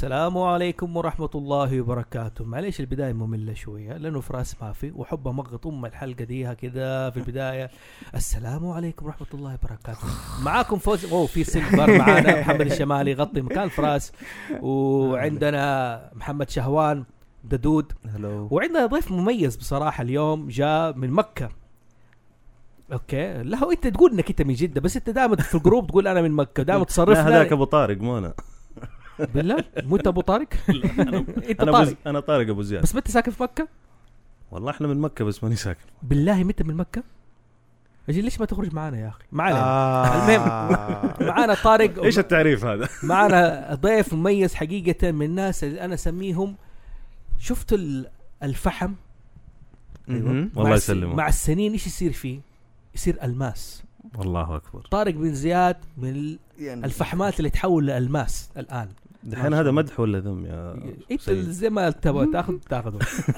السلام عليكم ورحمة الله وبركاته. معليش البداية مملة شوية لأنه فراس ما في وحب مغط الحلقة ديها كذا في البداية. السلام عليكم ورحمة الله وبركاته. معاكم فوز في سيلفر معانا محمد الشمالي غطي مكان فراس، وعندنا محمد شهوان ددود. وعندنا ضيف مميز بصراحة اليوم جاء من مكة. اوكي لا انت تقول انك انت من جدة، بس انت دائما في الجروب تقول انا من مكة، دائما تصرفنا. لا هذاك ابو طارق مو انا. بالله مو انت ابو طارق؟ انت طارق. انا طارق ابو زياد. بس متى ساكن في مكة؟ والله احنا من مكة بس ماني ساكن. بالله متى من مكة؟ اجي ليش ما تخرج معنا يا اخي؟ معنا المهم معنا طارق. ايش التعريف هذا؟ معنا ضيف مميز حقيقة من الناس اللي انا اسميهم شفت الفحم. أيوة. والله يسلمك. مع السنين ايش يصير فيه؟ يصير الماس. والله اكبر. طارق بن زياد من الفحمات اللي تحول لالماس الان. دحين هذا مدح ولا ذم يا انت زي ما تبغى تاخذه.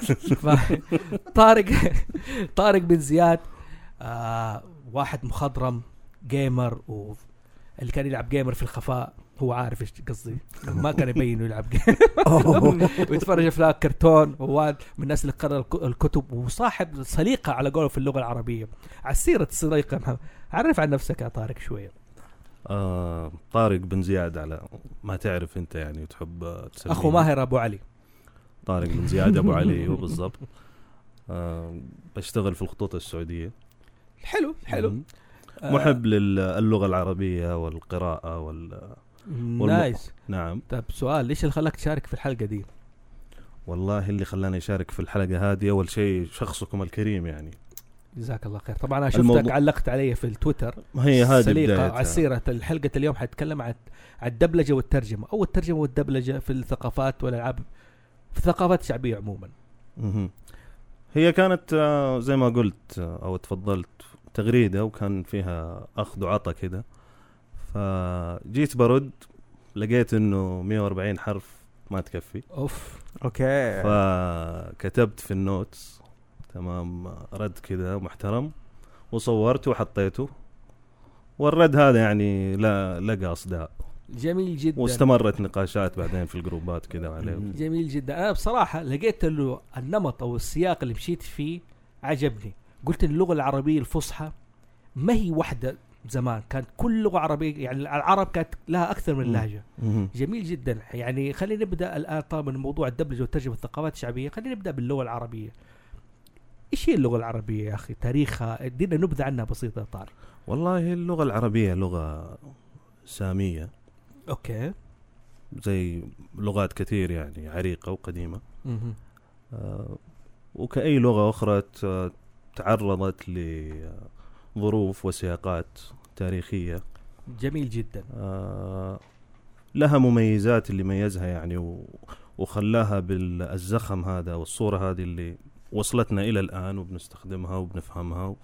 طارق بن زياد واحد مخضرم جيمر، اللي كان يلعب جيمر في الخفاء هو عارف ايش قصدي، ما كان يبين يلعب جيمر ويتفرج افلام كرتون. هو من الناس اللي قرأ الكتب وصاحب سليقة على قوله في اللغة العربية. على سيرة السليقة محمد، عرف عن نفسك يا طارق شوية. طارق بن زياد على ما تعرف انت يعني وتحب تسميه اخو ماهر ابو علي. طارق بن زياد ابو علي وبالضبط. بشتغل في الخطوط السعودية. حلو. محب للغة العربية والقراءة نايس. نعم. طيب سؤال، ليش اللي خلاك تشارك في الحلقة دي؟ والله اللي خلاني أشارك في الحلقة هذه أول شيء شخصكم الكريم يعني. جزاك الله خير. طبعا أنا شفتك علقت علي في التويتر. هي هذه سليقة على سيرة الحلقة اليوم حتكلم عن الدبلجة والترجمة، أو الترجمة والدبلجة في الثقافات والألعاب، في الثقافات الشعبية عموما. هي كانت زي ما قلت أو تفضلت تغريدة وكان فيها أخذ وعطا كده، فجيت برد لقيت إنه 140 حرف ما تكفي. أوكي. فكتبت في النوتس تمام رد كده محترم وصورته وحطيته، والرد هذا يعني لا لقى أصداء. جميل جدا. واستمرت نقاشات بعدين في الجروبات كده عليه. جميل جدا. أنا بصراحة لقيت له النمط أو السياق اللي مشيت فيه عجبني. قلت اللغة العربية الفصحى ما هي واحدة زمان، كانت كل لغة عربية يعني العرب كانت لها أكثر من لهجة. جميل جدا. يعني خلينا نبدأ الآن طبعا من موضوع الدبلجة والترجمة الثقافات الشعبية. خلينا نبدأ باللغة العربية. إيش هي اللغة العربية يا أخي؟ تاريخها ادينا نبذة عنها بسيطة يا طارق. والله اللغة العربية لغة سامية. أوكي. زي لغات كثير يعني عريقة وقديمة. وكأي لغة أخرى تعرضت لظروف وسياقات تاريخية. جميل جدا. لها مميزات اللي ميزها يعني وخلاها بالزخم هذا والصورة هذه اللي وصلتنا إلى الآن وبنستخدمها وبنفهمها.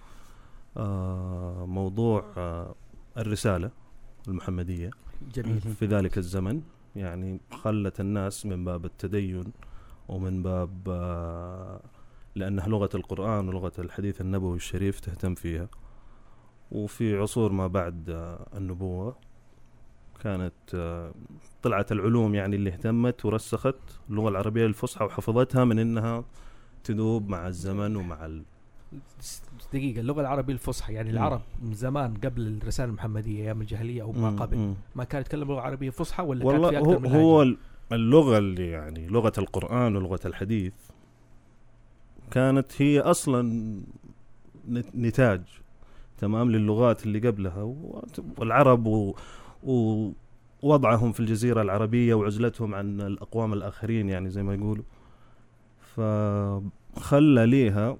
موضوع الرسالة المحمدية جميل. في ذلك الزمن يعني خلت الناس من باب التدين ومن باب لأنها لغة القرآن ولغة الحديث النبوي الشريف تهتم فيها. وفي عصور ما بعد النبوة كانت طلعت العلوم يعني اللي اهتمت ورسخت اللغة العربية الفصحى وحفظتها من إنها تذوب مع الزمن ومع دقيقة. اللغة العربية الفصحى يعني العرب من زمان قبل الرسالة المحمدية أيام الجاهلية أو ما قبل ما كانت تتكلم لغة عربية فصحى ولا كانت في أكثر من لهجة؟ هو اللغة اللي يعني لغة القرآن ولغة الحديث كانت هي أصلا نتاج تمام للغات اللي قبلها. والعرب ووضعهم في الجزيرة العربية وعزلتهم عن الأقوام الآخرين يعني زي ما يقولوا، فخلى ليها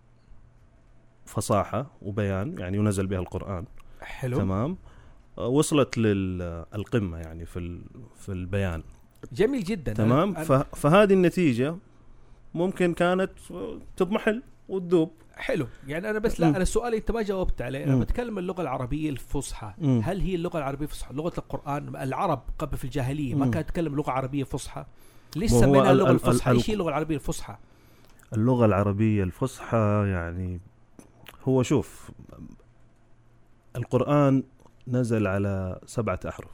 فصاحة وبيان يعني ونزل بها القرآن. حلو. تمام. وصلت للقمة يعني في البيان. جميل جدا. تمام. فهذه النتيجة ممكن كانت تضمحل وتذوب. حلو. يعني أنا بس لا أنا سؤالي أنت ما جاوبت عليه. أنا بتكلم اللغة العربية الفصحى. هل هي اللغة العربية الفصحى لغة القرآن؟ العرب قبل في الجاهلية ما كانت تتكلم لغة عربية فصحى. ليش سميناها اللغة الفصحى؟ إيش هي اللغة العربية الفصحى؟ اللغة العربية الفصحى يعني هو شوف القرآن نزل على 7 أحرف.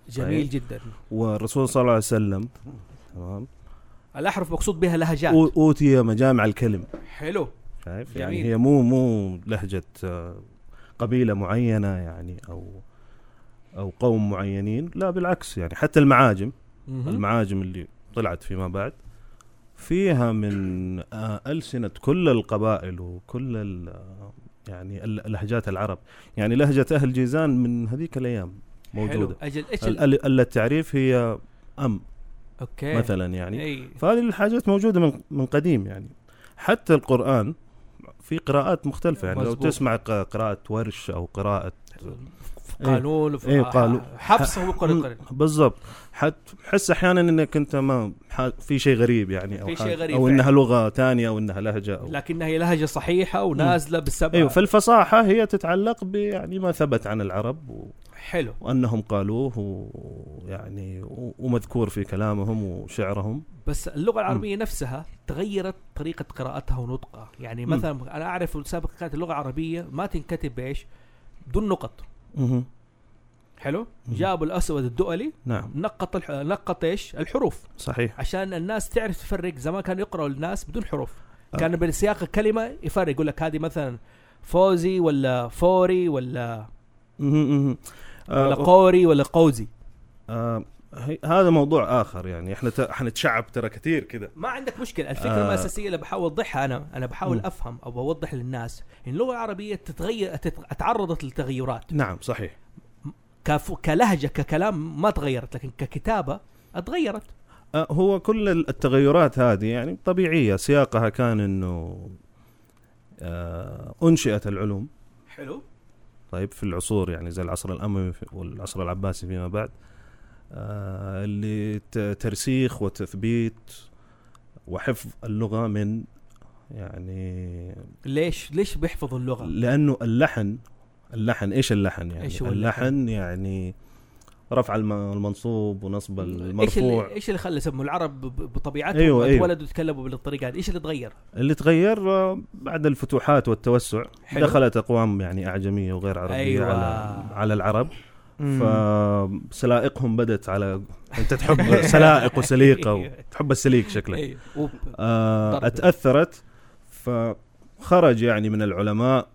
جميل جدا. والرسول صلى الله عليه وسلم تمام الأحرف مقصود بها لهجات، أوتي مجامع الكلم. حلو. شايف جميل. يعني هي مو لهجة قبيلة معينة يعني أو قوم معينين، لا بالعكس. يعني حتى المعاجم اللي طلعت فيما بعد فيها من ألسنة كل القبائل وكل يعني اللهجات العرب. يعني لهجة أهل جيزان من هذيك الأيام موجودة. التعريف هي أوكي. مثلا يعني فهذه الحاجات موجودة من قديم. يعني حتى القرآن في قراءات مختلفة. يعني مزبوط. لو تسمع قراءة ورش أو قراءة قانون قالوا حفص وقرن بالضبط. حس أحيانا إنك أنت ما في شيء غريب يعني في شيء غريب أو إنها لغة تانية أو إنها لهجة لكنها هي لهجة صحيحة ونازلة بالسبب. أيوة. فالفصاحة هي تتعلق يعني ما ثبت عن العرب حلو. وأنهم قالوه يعني ومذكور في كلامهم وشعرهم. بس اللغة العربية نفسها تغيرت طريقة قراءتها ونطقها. يعني مثلا أنا أعرف سابقا كانت اللغة العربية ما تنكتب بإيش بدون نقط. حلو. جابوا الأسود الدؤلي. نعم. نقط إيش الحروف. صحيح. عشان الناس تعرف تفرق. زمان كانوا يقرأوا الناس بدون حروف. كان بالسياق الكلمة يفرق، يقول لك هذه مثلا فوزي ولا فوري ولا ولا قوري ولا قوزي. هذا موضوع آخر. يعني احنا حنتشعب ترى كثير كذا. ما عندك مشكلة. الفكرة الأساسية اللي بحاول أوضحها أنا بحاول أفهم أو بوضح للناس إن اللغة العربية تعرضت للتغيرات. نعم صحيح. كلهجة ككلام ما تغيرت، لكن ككتابة اتغيرت. هو كل التغيرات هذه يعني طبيعية. سياقها كان إنه أنشئت العلوم. حلو. طيب في العصور يعني زي العصر الأموي والعصر العباسي فيما بعد اللي ترسيخ وتثبيت وحفظ اللغة من يعني ليش بيحفظوا اللغة؟ لأنه اللحن إيش اللحن يعني؟ اللحن يعني رفع المنصوب ونصب المرفوع. إيش اللي خلى يسموا العرب بطبيعتهم اتولدوا يتكلموا بالطريقة هذه؟ إيش اللي تغير؟ اللي تغير بعد الفتوحات والتوسع. حلو. دخلت أقوام يعني أعجمية وغير عربية على العرب. فسلائقهم بدت على أنت تحب سلائق وسليقة وتحب السليق شكلك. أتأثرت فخرج يعني من العلماء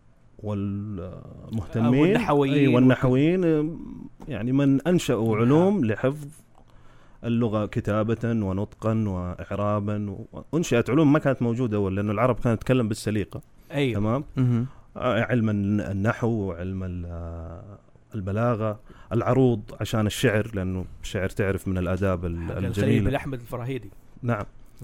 والمهتمين والنحويين يعني من أنشأوا علوم لحفظ اللغة كتابة ونطقا وإعرابا. وأنشأت علوم ما كانت موجودة أول لأن العرب كانت تتكلم بالسليقة. تمام. علم النحو وعلم البلاغة، العروض عشان الشعر لأنه الشعر تعرف من الآداب الجميلة. الأحمد الفراهيدي. نعم.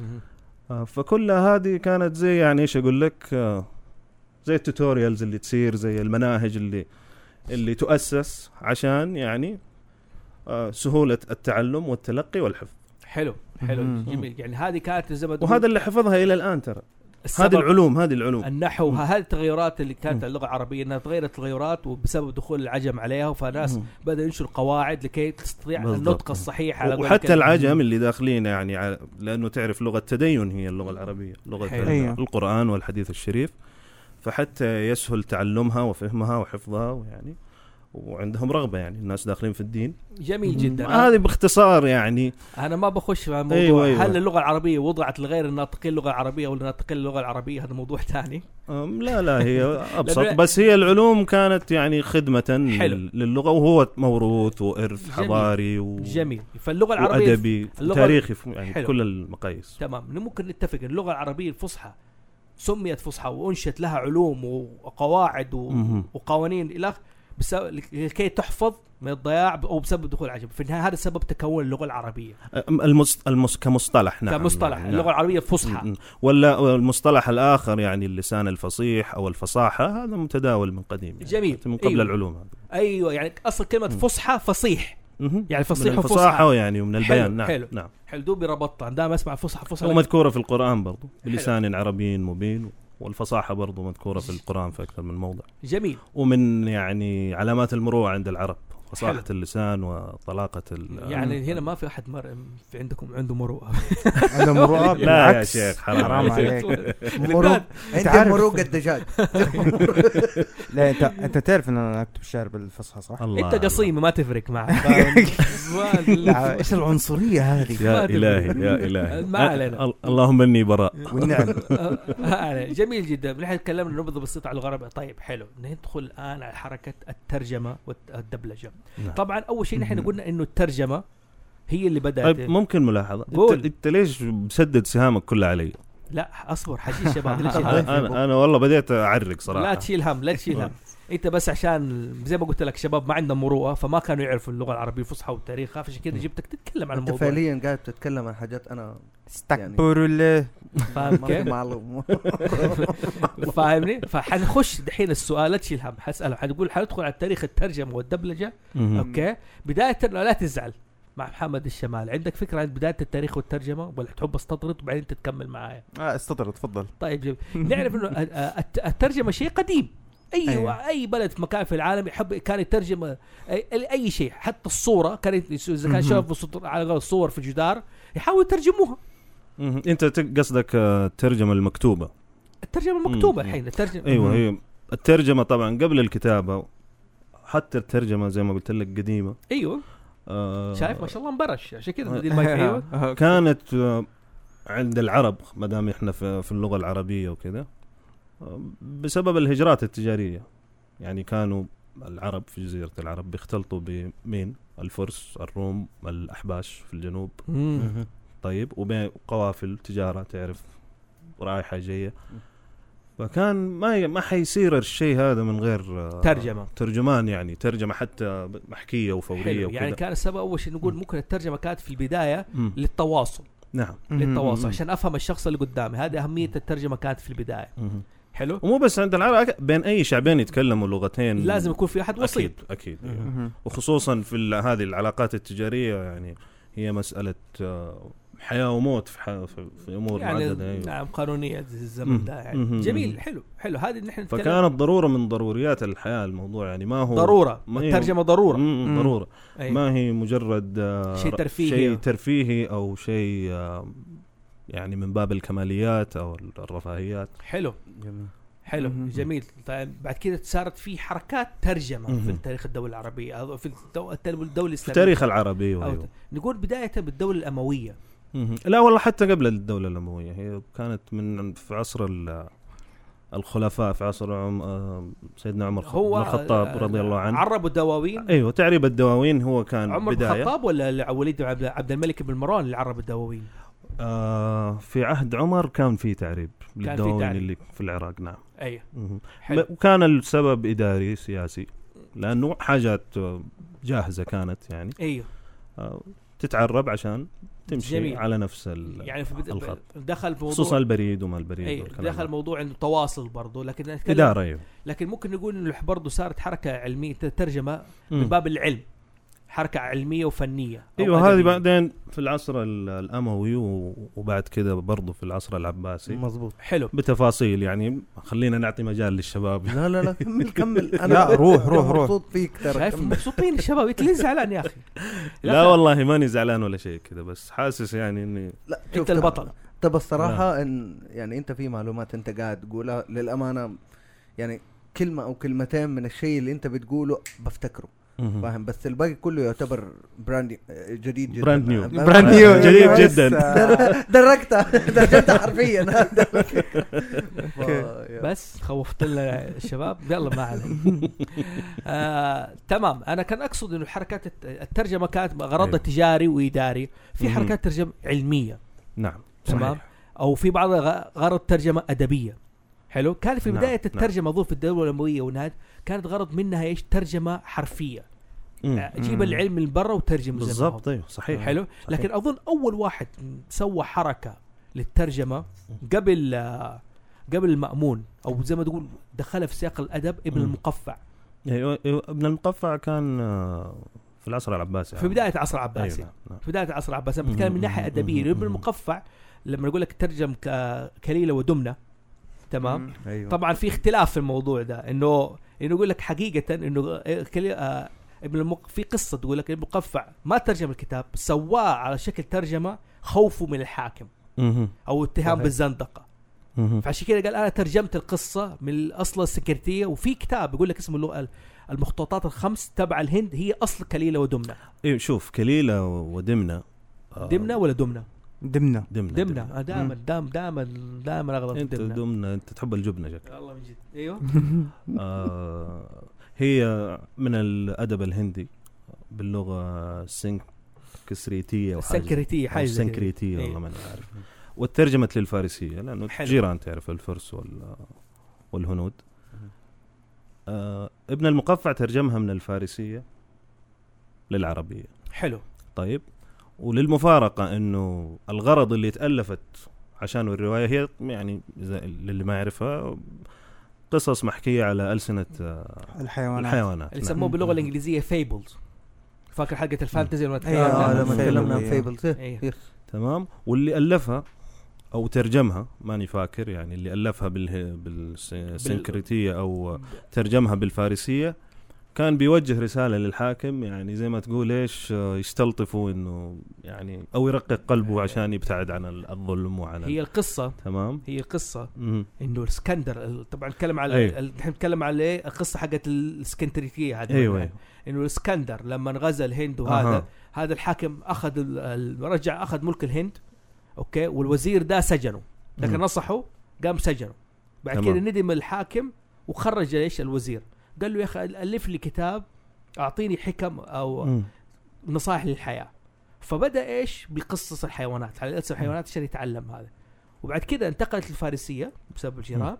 فكل هذه كانت زي يعني إيش أقول لك زي التوتوريالز اللي تصير زي المناهج اللي تؤسس عشان يعني سهولة التعلم والتلقي والحفظ. حلو جميل. يعني هذه كانت الزبد وهذا اللي حفظها إلى الآن ترى. هذه العلوم النحو هذه التغيرات اللي كانت اللغة العربية انها تغيرت التغيرات وبسبب دخول العجم عليها فناس بدأ ينشر قواعد لكي تستطيع النطق الصحيح على وحتى العجم اللي داخلين يعني لأنه تعرف لغة التدين هي اللغة العربية لغة القرآن والحديث الشريف. فحتى يسهل تعلمها وفهمها وحفظها ويعني وعندهم رغبة يعني الناس داخلين في الدين. جميل جدا. هذه باختصار يعني. أنا ما بخش في الموضوع. هل اللغة العربية وضعت لغير الناطقين اللغة العربية ولا الناطقين اللغة العربية؟ هذا موضوع ثاني. لا هي أبسط. بس هي العلوم كانت يعني خدمة للغة وهو موروث وإرث حضاري جميل. فاللغة العربية وأدبي وتاريخي يعني كل المقاييس. تمام. ممكن نتفق اللغة العربية الفصحى سميت فصحى وأنشت لها علوم وقواعد وقوانين إلى لكي تحفظ من الضياع أو بسبب دخول العجم. في النهاية هذا سبب تكون اللغة العربية كمصطلح. نعم. كمصطلح نعم. اللغة العربية الفصحى ولا المصطلح الآخر يعني اللسان الفصيح أو الفصاحة هذا متداول من قديم يعني. جميل. من قبل العلوم هذا. أيوة يعني أصل كلمة فصحى فصيح يعني فصيح وفصاحة يعني ومن البيان. حلو. نعم. حلو دوبي ربطت عندما أسمع فصحى ومذكورة في القرآن برضو بلسان عربي مبين. والفصاحة برضو مذكورة في القرآن في أكثر من موضع. جميل. ومن يعني علامات المروءة عند العرب فصاحة اللسان وطلاقة يعني هنا ما في أحد في عندكم عنده مروءة. عنده مروءة. لا يا شيخ حرام عليك. مروءة عندك مروءة الدجاج. لا انت تعرف ان انا اكتب الشعر بالفصحى صح؟ انت قصيم ما تفرق معك. ايش العنصرية هذه؟ يا إلهي ما علينا. اللهم اني براء. والنعم. جميل جدا. نحن تكلمنا نبذة بسيطة على اللغة العربية. طيب حلو، ندخل الآن على حركة الترجمة والدبلجة. طبعا أول شيء نحن قلنا إنه الترجمة هي اللي بدأت. طيب ممكن ملاحظة، انت ليش مسدد سهامك كلها علي؟ لا اصبر حجي الشباب. انا والله بديت اعرق صراحة. لا تشيل هم، لا تشيل هم. انت بس عشان زي ما قلت لك شباب ما عندهم مروءه، فما كانوا يعرفوا اللغه العربيه الفصحى والتاريخ، فعشان كده جبتك تتكلم عن الموضوع. فعليا قاعد تتكلم عن حاجات انا استكبروا له. فاهم كيف؟ فاهمني؟ فحنخش دحين السؤال، لا تشيل هم، حسأله حنقول حندخل على التاريخ الترجمه والدبلجه. اوكي، بدايه لا تزعل مع محمد الشمال. عندك فكره عن بدايه التاريخ والترجمه ولا تحب استطرد وبعدين تتكمل معايا؟ استطرد تفضل. طيب نعرف انه الترجمه شيء قديم. اي بلد في مكان في العالم يحب كان يترجم اي شيء، حتى الصوره كانت اذا كان شاف على الصور في الجدار يحاول يترجموها. انت قصدك الترجمه المكتوبه؟ الترجمه المكتوبه الحين الترجمه. ايوه هي الترجمه طبعا قبل الكتابه، حتى الترجمه زي ما قلت لك قديمه. ايوه شايف ما شاء الله مبرش عشان كذا بدي المايك. ايوه كانت عند العرب ما دام احنا في اللغه العربيه وكذا، بسبب الهجرات التجاريه. يعني كانوا العرب في جزيره العرب بيختلطوا بمين؟ الفرس، الروم، الاحباش في الجنوب. طيب وبين قوافل تجاره تعرف رايحه جايه، فكان ما حيصير الشيء هذا من غير ترجمان. يعني ترجمة حتى محكية وفورية وكذا. يعني كان السبب أول شيء نقول ممكن الترجمة كانت في البداية للتواصل. نعم للتواصل عشان أفهم الشخص اللي قدامي. هذه أهمية الترجمة كانت في البداية. حلو. ومو بس عند العرب، بين أي شعبين يتكلموا لغتين لازم يكون في أحد وسيط. أكيد. وخصوصا في هذه العلاقات التجارية، يعني هي مسألة حياة وموت في أمور يعني معددة. نعم قانونية الزمن ده يعني. جميل. حلو هذه نحن فكانت ضرورة من ضروريات الحياة الموضوع. يعني ما هو ضرورة، الترجمة ضرورة. ضرورة. ما هي مجرد شيء ترفيهي أو شيء يعني من باب الكماليات أو الرفاهيات. حلو جميل. طيب بعد كده صارت في حركات ترجمة في تاريخ الدولة العربية أو في الدولة الإسلامية، في تاريخ العربي. نقول بداية بالدولة الأموية. لا والله حتى قبل الدولة الأموية، هي كانت في عصر الخلفاء، في عصر سيدنا عمر بن الخطاب رضي الله عنه. عربوا الدواوين. ايوه تعريب الدواوين هو كان عمر بداية. بن الخطاب ولا وليد عبد الملك بن مروان اللي عرب الدواوين؟ في عهد عمر كان في تعريب للدواوين اللي في العراق. نعم. ايوه. وكان السبب إداري سياسي، لأنه حاجات جاهزة كانت يعني. ايوه. تتعرب عشان تمشي جميل. على نفس يعني الخط. دخل موضوع خصوصا البريد وما البريد. أيوة. دخل موضوع انه تواصل برضه، لكن إدارة. أيوة. لكن ممكن نقول انه برضه صارت حركة علمية ترجمة من باب العلم، حركة علمية وفنية. ايوه هذه بعدين في العصر الأموي وبعد كده برضو في العصر العباسي. مظبوط. حلو. بتفاصيل يعني خلينا نعطي مجال للشباب. لا كمل انا. لا روح مبسوط فيك ترى. شايف مبسوطين الشباب. انت ليه زعلان يا اخي؟ لا والله ماني زعلان ولا شيء كذا، بس حاسس يعني اني لا انت البطل. طب الصراحة ان يعني انت في معلومات انت قاعد تقولها للأمانة، يعني كلمة او كلمتين من الشيء اللي انت بتقوله بفتكره، فاهم؟ بس الباقي كله يعتبر جديد جدا. براند نيو جديد جدا. درجتها حرفيا. بس خوفت لنا الشباب. يلا ما علينا. تمام. انا كان اقصد انه الحركات الترجمه كانت غرضها تجاري واداري، في حركات ترجمه علميه. نعم تمام. او في بعض غرض ترجمه ادبيه. حلو. كان في بداية الترجمة ظروف الدولة الأموية ونهاية كانت غرض منها إيش؟ ترجمة حرفية. جيب العلم من برا وترجمه بالضبط. أيوه صحيح. حلو. صحيح. لكن أظن أول واحد سوى حركة للترجمة قبل المأمون، أو زي ما تقول دخلها في سياق الأدب، ابن المقفع. أيوه ابن المقفع كان في العصر العباسي، في بداية العصر العباسي. أيوه. في بداية العصر العباسي بتكلم من ناحية أدبية. ابن المقفع لما نقول لك ترجم كليلة ودمنة، تمام. أيوة. طبعا في اختلاف في الموضوع ده، انه يقول لك حقيقة انه في قصة تقول لك المقفع ما ترجم الكتاب، سواه على شكل ترجمة خوفه من الحاكم أو اتهام صحيح. بالزندقة. فعشان كده قال أنا ترجمت القصة من أصل السكرتية، وفي كتاب يقول لك اسمه اللغة المخطوطات الخمس تبع الهند هي أصل كليلة ودمنة. ايوه شوف كليلة ودمنة. دمنة ولا دمنة؟ دمنة. دمنة. دائما أغلط انت دمنة، انت تحب الجبنة شكل. والله من جد. ايوه. هي من الأدب الهندي باللغة السنكريتية السنكريتية حاجة السنكريتية إيه. والله ما أعرف. وترجمت للفارسية لأنه حلو. جيران تعرف الفرس والهنود. ابن المقفع ترجمها من الفارسية للعربية. حلو. طيب، وللمفارقة إنه الغرض اللي تألفت عشان الرواية هي يعني اللي ما يعرفها قصص محكية على ألسنة الحيوانات اللي يسموه باللغة الإنجليزية fables. فاكر حلقة الفانتزي لما لما تكلمنا عن فيبل. فيبلز. تمام. واللي ألفها أو ترجمها ماني فاكر يعني اللي ألفها بالسنكريتية أو ترجمها بالفارسية كان بيوجه رسالة للحاكم، يعني زي ما تقول إيش يستلطفوا إنه يعني أو يرقق قلبه عشان يبتعد عن الظلم وعن هي القصة. تمام. هي القصة إنه الاسكندر طبعا نتكلم على أيوه. نحن نتكلم على القصة حقت الاسكندرية هذه. أيوه. إنه الاسكندر لما غزا الهند وهذا هذا الحاكم أخذ رجع أخذ ملك الهند. أوكي. والوزير ده سجنه، لكن نصحه قام سجنه. بعد كده ندم الحاكم وخرج إيش الوزير، قال له يا أخي ألف لي كتاب أعطيني حكم أو نصائح للحياة. فبدأ إيش بقصص الحيوانات على أساس الحيوانات عشان يتعلم هذا. وبعد كده انتقلت للفارسية بسبب الجيران.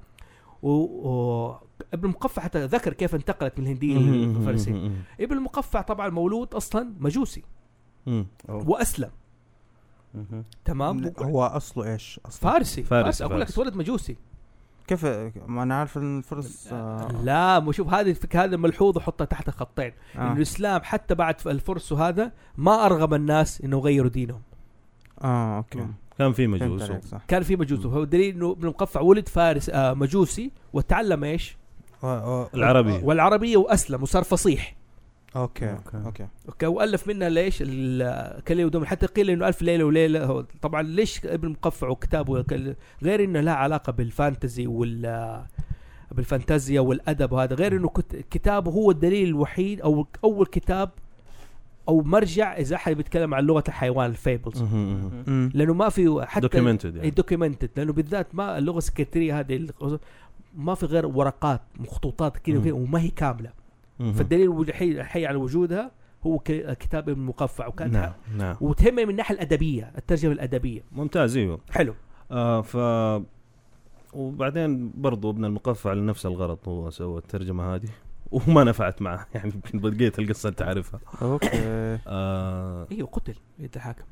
وابن المقفع حتى ذكر كيف انتقلت من الهندية للفارسية. ابن المقفع طبعا مولود أصلا مجوسي وأسلم. تمام. هو أصله إيش أصلا؟ فارسي. أقول لك تولد مجوسي. كيف ما أنا عارف الفرس لا مو شوف هذه الفكرة هذا ملحوظ وحطها تحت خطين. إنه الإسلام حتى بعد الفرس وهذا ما أرغب الناس إنه يغيروا دينهم. أوكي. كان في مجوس. كان في مجوس. هو دليل إنه ابن المقفع ولد فارس مجوسي وتعلم إيش والعربية وأسلم وصار فصيح. أوكي. وألف منها ليش الكلية ودوم. حتى قيل إنه ألف ليلة وليلة. طبعا ليش ابن المقفع وكتابه غير إنه لها علاقة بالفانتزي بالفانتازيا والأدب وهذا، غير إنه كتابه هو الدليل الوحيد أو أول كتاب أو مرجع إذا أحد بيتكلم عن لغة الحيوان الفيبلز. لأنه ما في حتى دوكيومنتد لأنه بالذات ما اللغة السكرتيرية هذه ما في غير ورقات مخطوطات كده وما هي كاملة. فالدليل الحي على وجودها هو كتاب ابن المقفع. وكان نعم. وتهمه من الناحية الأدبية الترجمة الأدبية ممتاز. ايوه حلو. وبعدين برضو ابن المقفع لنفس الغرض هو سوى الترجمة هذه وما نفعت معه يعني بقيت القصة انت عارفها. اوكي. ايوه قتل يتحاكم.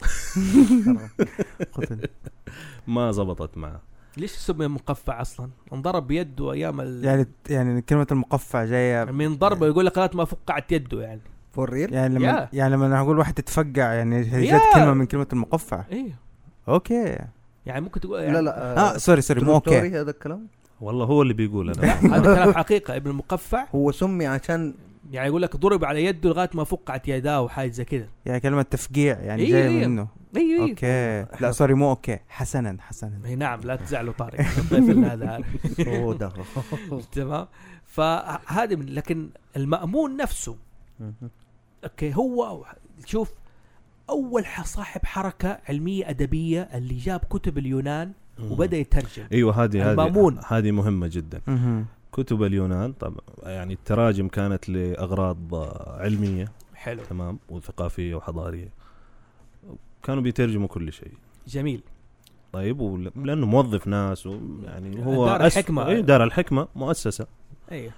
قتل ما زبطت معه. ليش سمي مقفع اصلا؟ انضرب بيده ايام يعني كلمة المقفع جاية من ضربه. يقول لك قالت ما فقعت يده يعني فور ريل. يعني لما انا اقول واحد تتفقع يعني جت كلمة من كلمة المقفع. ايه اوكي. يعني ممكن تقول يعني لا سوري مو اوكي. هذا الكلام والله هو اللي بيقول انا هذا كلام حقيقة. ابن المقفع هو سمي عشان يعني يقول لك ضرب على يده لغاية ما فقعت يداه وحاجة زي كده. يعني كلمة تفقيع يعني إيه جاي منه. ايوه اوكي. لا سوري مو اوكي. حسنا نعم لا تزعلوا طارق الضيف هذا ده تمام. فهذا لكن المأمون نفسه اوكي هو شوف اول صاحب حركة علمية أدبية اللي جاب كتب اليونان وبدأ يترجم. ايوه هذه مهمة جدا. كتب اليونان طبعا يعني التراجم كانت لأغراض علمية. حلو. تمام. وثقافية وحضارية. كانوا بيترجموا كل شيء. جميل. طيب لأنه موظف ناس يعني هو دار الحكمة. دار الحكمة مؤسسة. ايوه.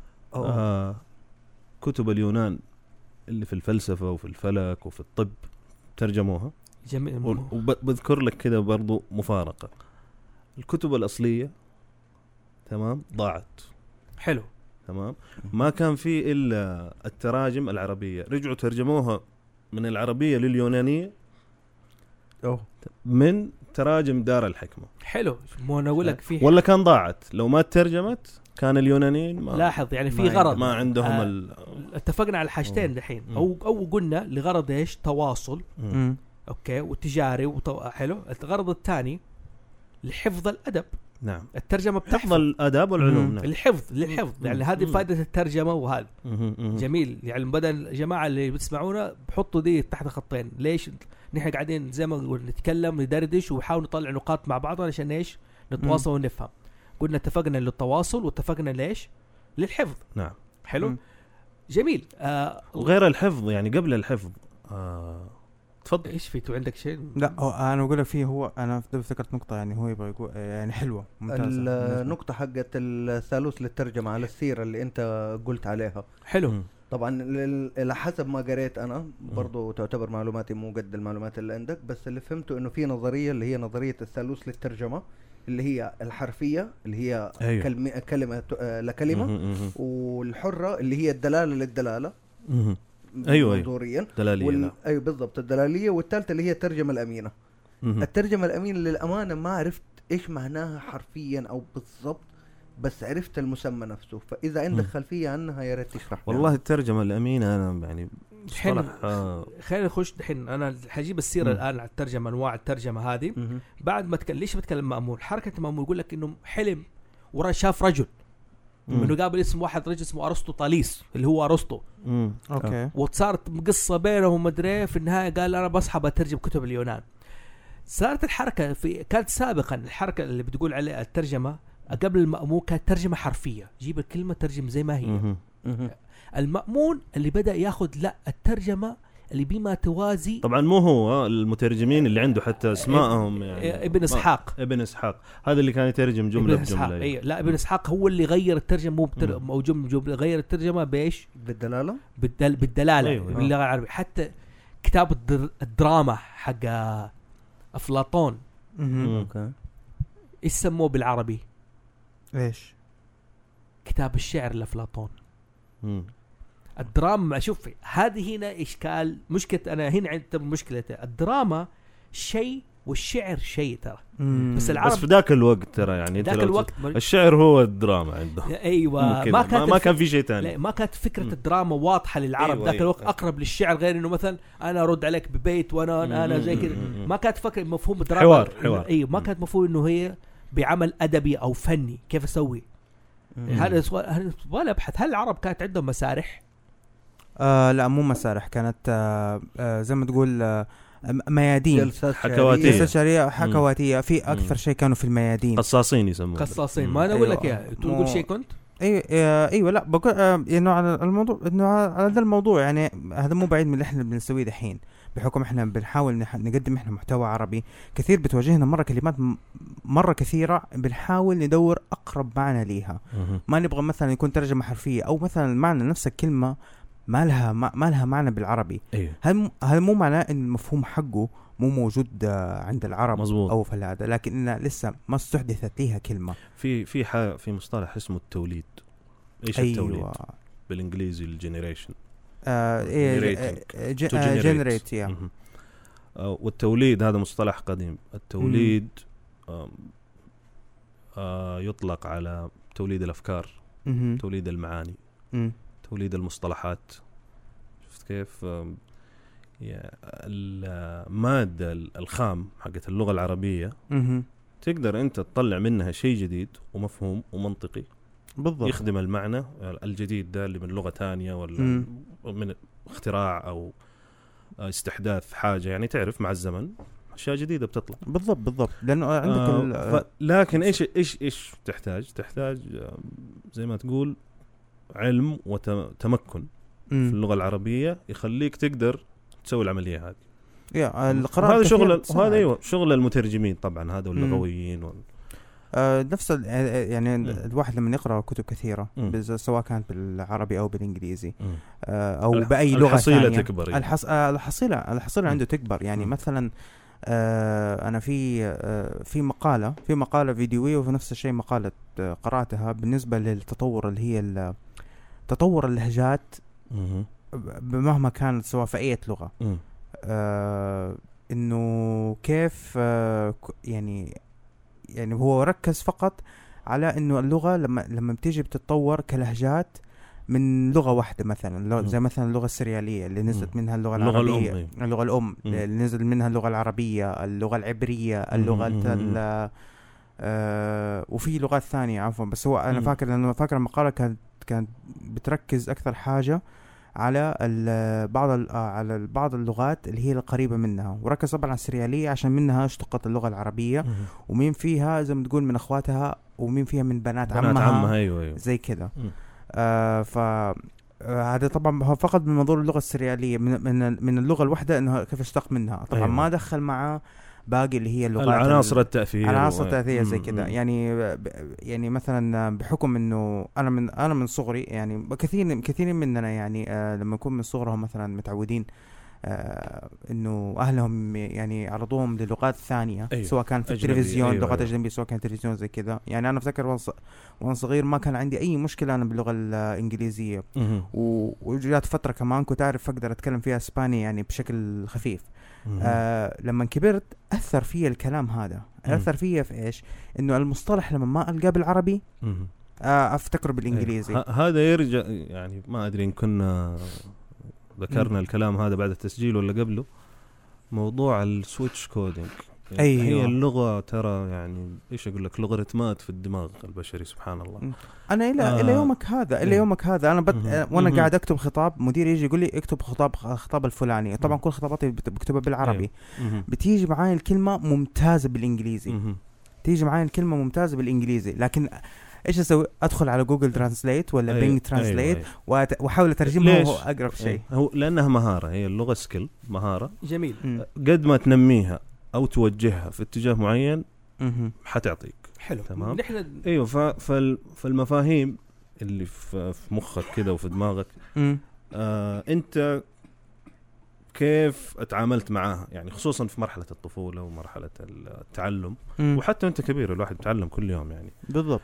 كتب اليونان اللي في الفلسفة وفي الفلك وفي الطب ترجموها. جميل. وبذكر لك كده برضو مفارقة. الكتب الأصلية تمام ضاعت. حلو. تمام. ما كان في إلا التراجم العربية رجعوا ترجموها من العربية لليونانية من تراجم دار الحكمة. حلو. مو أنا أقول لك فيه ولا كان ضاعت لو ما ترجمت كان اليونانيين لاحظ يعني في ما غرض ما عندهم اتفقنا على الحاجتين دحين او قلنا لغرض ايش تواصل اوكي وتجاري حلو. الغرض الثاني لحفظ الادب. نعم الترجمه حفظ الاداب والعلوم. نعم. للحفظ يعني هذه فائده الترجمه. وهذا جميل يعني بدل الجماعه اللي بتسمعونا بحطوا دي تحت خطين. ليش نحن قاعدين زي ما نقول نتكلم ندردش ونحاول نطلع نقاط مع بعض علشان ايش نتواصل ونفهم. قلنا اتفقنا للتواصل واتفقنا ليش للحفظ. نعم حلو جميل. وغير الحفظ يعني قبل الحفظ تفضل. ايش في تو عندك شيء؟ لا انا اقول لك فيه هو انا افتكرت نقطه يعني هو يبغى يقول يعني حلوه ممتازه. النقطه حقت الثالوث للترجمه على السيره اللي انت قلت عليها حلو. طبعا على حسب ما قريت انا برضو تعتبر معلوماتي مو قد المعلومات اللي عندك، بس اللي فهمته انه في نظريه اللي هي نظريه الثالوث للترجمه اللي هي الحرفيه اللي هي أيوه. كلمه لكلمه، والحره اللي هي الدلاله للدلاله. ايوه منظوريا دلاليه. ايوه بالضبط الدلاليه. والثالثه اللي هي الترجمه الامينه. الترجمه الامينه للامانه ما عرفت ايش معناها حرفيا او بالضبط، بس عرفت المسمى نفسه. فاذا عندك خلفيه عنها يا ريت تشرح. والله الترجمه الامينه انا يعني خلينا نخش دحين. انا حجيب السيره الان على الترجمه، انواع الترجمه هذه. بعد ما ليش بتكلم مأمون؟ حركه مأمون يقول لك انه حلم ورا شاف رجل انه قابل اسم واحد رجل اسمه ارسطو طاليس اللي هو ارسطو. اوكي. وصارت قصه بينهم مدري في النهايه قال انا بصحى بترجم كتب اليونان. صارت الحركه كانت سابقا الحركه اللي بتقول عليها الترجمه قبل المأمون كانت ترجمه حرفيه، جيب الكلمه ترجم زي ما هي. المأمون اللي بدأ ياخذ لا الترجمه اللي بما توازي. طبعا مو هو المترجمين اللي عنده حتى اسمائهم يعني ابن اسحاق هذا اللي كان يترجم جمله بجمله. اي لا ابن اسحاق هو اللي غير الترجمه مو جمله غير الترجمه بايش؟ بالدلاله أيوة. باللغه العربيه. حتى كتاب الدراما حق افلاطون اوكي ايش سموه بالعربي؟ ايش؟ كتاب الشعر لافلاطون. الدراما شوف هذه هنا اشكال مشكله. انا هنا عندي مشكله الدراما شيء والشعر شيء ترى. بس العرب بس في ذاك الوقت ترى يعني ذاك الوقت الشعر هو الدراما عنده. ايوه ما كان في شيء ثاني. ما كانت فكره الدراما واضحه للعرب ذاك الوقت. اقرب للشعر غير انه مثلا انا ارد عليك ببيت وانا زي كذا. ما كانت فكره مفهوم الدراما حوار. ايوه ما كانت مفهوم انه هي بعمل ادبي او فني كيف اسوي. هذا سؤال ولا ابحث. هل العرب كانت عندهم مسارح؟ لا مو مسارح، كانت زي ما تقول ميادين، حكواتية في أكثر شيء كانوا في الميادين. قصاصين يسموه قصاصين. ما أنا أقول لك يا تقول شيء كنت ايوه لا بقول انه على الموضوع انه على هذا الموضوع يعني هذا مو بعيد من اللي احنا بنسويه دحين، بحكم احنا بنحاول نقدم احنا محتوى عربي كثير. بتواجهنا مرة كلمات مرة كثيرة بنحاول ندور أقرب معنى ليها. ما نبغى مثلا يكون ترجمة حرفية أو مثلا معنى نفس الكلمة ما لها معنى بالعربي. هل مو معناه ان المفهوم حقه مو موجود عند العرب مزبوط. او في هذا، لكن لسه ما استحدثت ليها كلمه. في مصطلح اسمه التوليد. ايش التوليد بالانجليزي؟ الجنريشن. جنريت يا. والتوليد هذا مصطلح قديم. التوليد يطلق على توليد الافكار، توليد المعاني، توليد المصطلحات. شفت كيف؟ المادة الخام حقت اللغة العربية تقدر أنت تطلع منها شيء جديد ومفهوم ومنطقي بالضبط، يخدم المعنى الجديد ده اللي من لغة تانية ولا من اختراع أو استحداث حاجة. يعني تعرف مع الزمن أشياء جديدة بتطلع. بالضبط لأنه عندك لكن إيش تحتاج زي ما تقول علم وتمكن في اللغة العربية يخليك تقدر تسوي العملية هذه. القراءة هذا شغل، هذا أيوة شغل المترجمين طبعا، هذا واللغويين نفس يعني الواحد لما يقرأ كتب كثيرة سواء كانت بالعربي أو بالإنجليزي أو بأي لغة الحصيلة ثانية تكبر. الحصيلة عنده تكبر. يعني مثلا أنا في مقالة فيديوية وفي نفس الشيء مقالة قرأتها بالنسبة للتطور اللي هي تطور اللهجات بمهما كانت سواء في أي لغة. إنه كيف يعني هو ركز فقط على انه اللغه لما بتيجي بتتطور كلهجات من لغه واحده، مثلا زي مثلا اللغه السرياليه اللي نزلت منها اللغه العربيه، اللغه الام اللي نزل منها اللغه العربيه، اللغه العبريه، اللغه وفي لغات ثانيه عفوا. بس هو انا فاكر لانه فاكر المقاله كانت بتركز اكثر حاجه على بعض اللغات اللي هي القريبه منها، وركز طبعا على السرياليه عشان منها اشتقت اللغه العربيه، ومين فيها زي ما تقول من اخواتها، ومين فيها من بنات عمها أيوة. زي كده. هذا طبعا هو فقط من منظور اللغه السرياليه من اللغه الواحده انه كيف اشتق منها. طبعا أيوة. ما دخل معه باقي اللي هي اللغات العناصر التأثيرية زي كده. يعني مثلا بحكم انه انا من صغري، يعني كثير مننا يعني لما يكون من صغرهم مثلا متعودين انه اهلهم يعني يعرضوهم للغات ثانية، أيوة. سواء كان في التلفزيون أيوة. لغات اجنبيه، سواء كان تلفزيون زي كذا. يعني انا افتكر وانا صغير ما كان عندي اي مشكله انا باللغه الانجليزيه، وجات فتره كمان كنت اعرف اقدر اتكلم فيها اسباني يعني بشكل خفيف. لما كبرت اثر فيا الكلام هذا، اثر فيا في ايش؟ انه المصطلح لما ما القاه بالعربي افتكره بالانجليزي. هذا يرجع يعني ما ادري ان كنا ذكرنا الكلام هذا بعد التسجيل ولا قبله، موضوع السويتش كودينج. أيوة. هي اللغة ترى يعني ايش اقول لك، لوغاريتمات في الدماغ البشري سبحان الله. انا الى يومك هذا انا وانا قاعد اكتب خطاب، مديري يجي يقول لي اكتب خطاب الفلاني، طبعا كل خطاباتي بكتبها بالعربي. بتيجي معايا الكلمة ممتازة بالانجليزي، لكن ايش اسوي؟ ادخل على جوجل ترانسليت ولا بينج ترانسليت واحاول اترجمها اقرب شيء. هو لانها مهاره، هي اللغه سكيل، مهاره. جميل. قد ما تنميها او توجهها في اتجاه معين حتعطيك. حلو. تمام. ايوه. فالمفاهيم اللي في مخك كده وفي دماغك انت كيف اتعاملت معاها، يعني خصوصا في مرحله الطفوله ومرحله التعلم، وحتى انت كبير الواحد بيتعلم كل يوم يعني. بالضبط.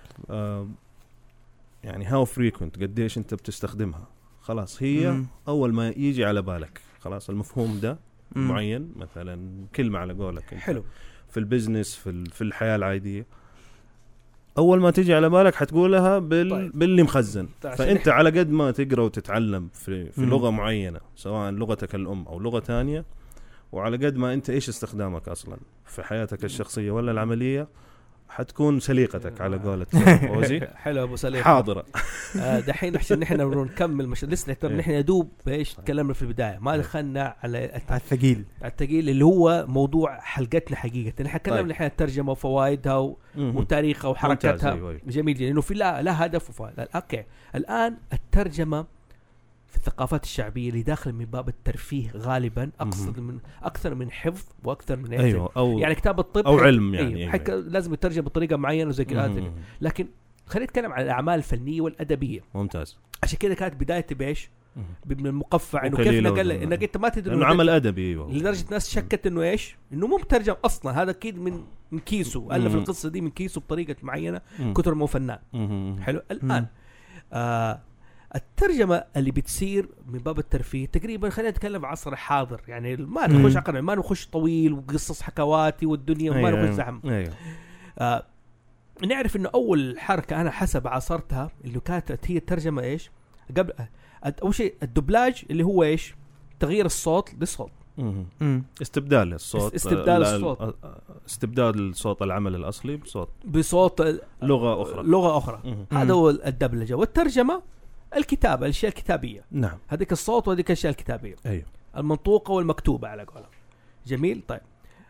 يعني هاو فريكوينت، قديش انت بتستخدمها. خلاص هي اول ما يجي على بالك خلاص المفهوم ده معين، مثلا كلمه على قولك حلو في البزنس في الحياه العاديه، اول ما تيجي على بالك حتقولها باللي مخزن. فانت على قد ما تقرا وتتعلم في لغه معينه، سواء لغتك الام او لغه تانية، وعلى قد ما انت ايش استخدامك اصلا في حياتك الشخصيه ولا العمليه، حتكون سليقتك على قولة فوزي. حلو ابو سليق حاضره. دحين نحن نكمل لسه نحن يدوب ايش تكلمنا في البدايه، ما دخلنا على الثقيل اللي هو موضوع حلقتنا حقيقه. نحن تكلمنا نحن الترجمه وفوائدها وتاريخها وحركتها. جميل جدا انه في لا هدف وفائده. اوكي الان الترجمه في الثقافات الشعبيه اللي داخل من باب الترفيه غالبا اكثر من حفظ واكثر من أيوة يعني كتاب الطب او علم يعني لازم يترجم بطريقه معينه وزي كذا. لكن خلينا نتكلم عن الاعمال الفنيه والادبيه. ممتاز. عشان كده كانت بدايتي بايش من المقفع انه كيف نقل انك انت ما تدري انه عمل ادبي. لدرجه ناس شكت انه ايش انه مو مترجم اصلا، هذا اكيد من كيسه الف القصه دي من كيسه بطريقه معينه كتر مو فنان. حلو. الان الترجمة اللي بتصير من باب الترفيه تقريبا، خلينا نتكلم عصر حاضر يعني، ما نخش عقل، ما نخش طويل وقصص حكواتي والدنيا وما نخش زحم. نعرف انه اول حركة انا حسب عصرتها اللي كانت هي الترجمة ايش قبل اول شيء الدبلاج اللي هو ايش تغيير الصوت للصوت. استبدال الصوت، استبدال الصوت العمل الأصلي بصوت لغة أخرى. هذا هو الدبلجة. والترجمة الكتابة، الأشياء الكتابية. نعم. هذيك الصوت وهذيك الأشياء الكتابية. أيوه. المنطوقة والمكتوبة على قولهم. جميل. طيب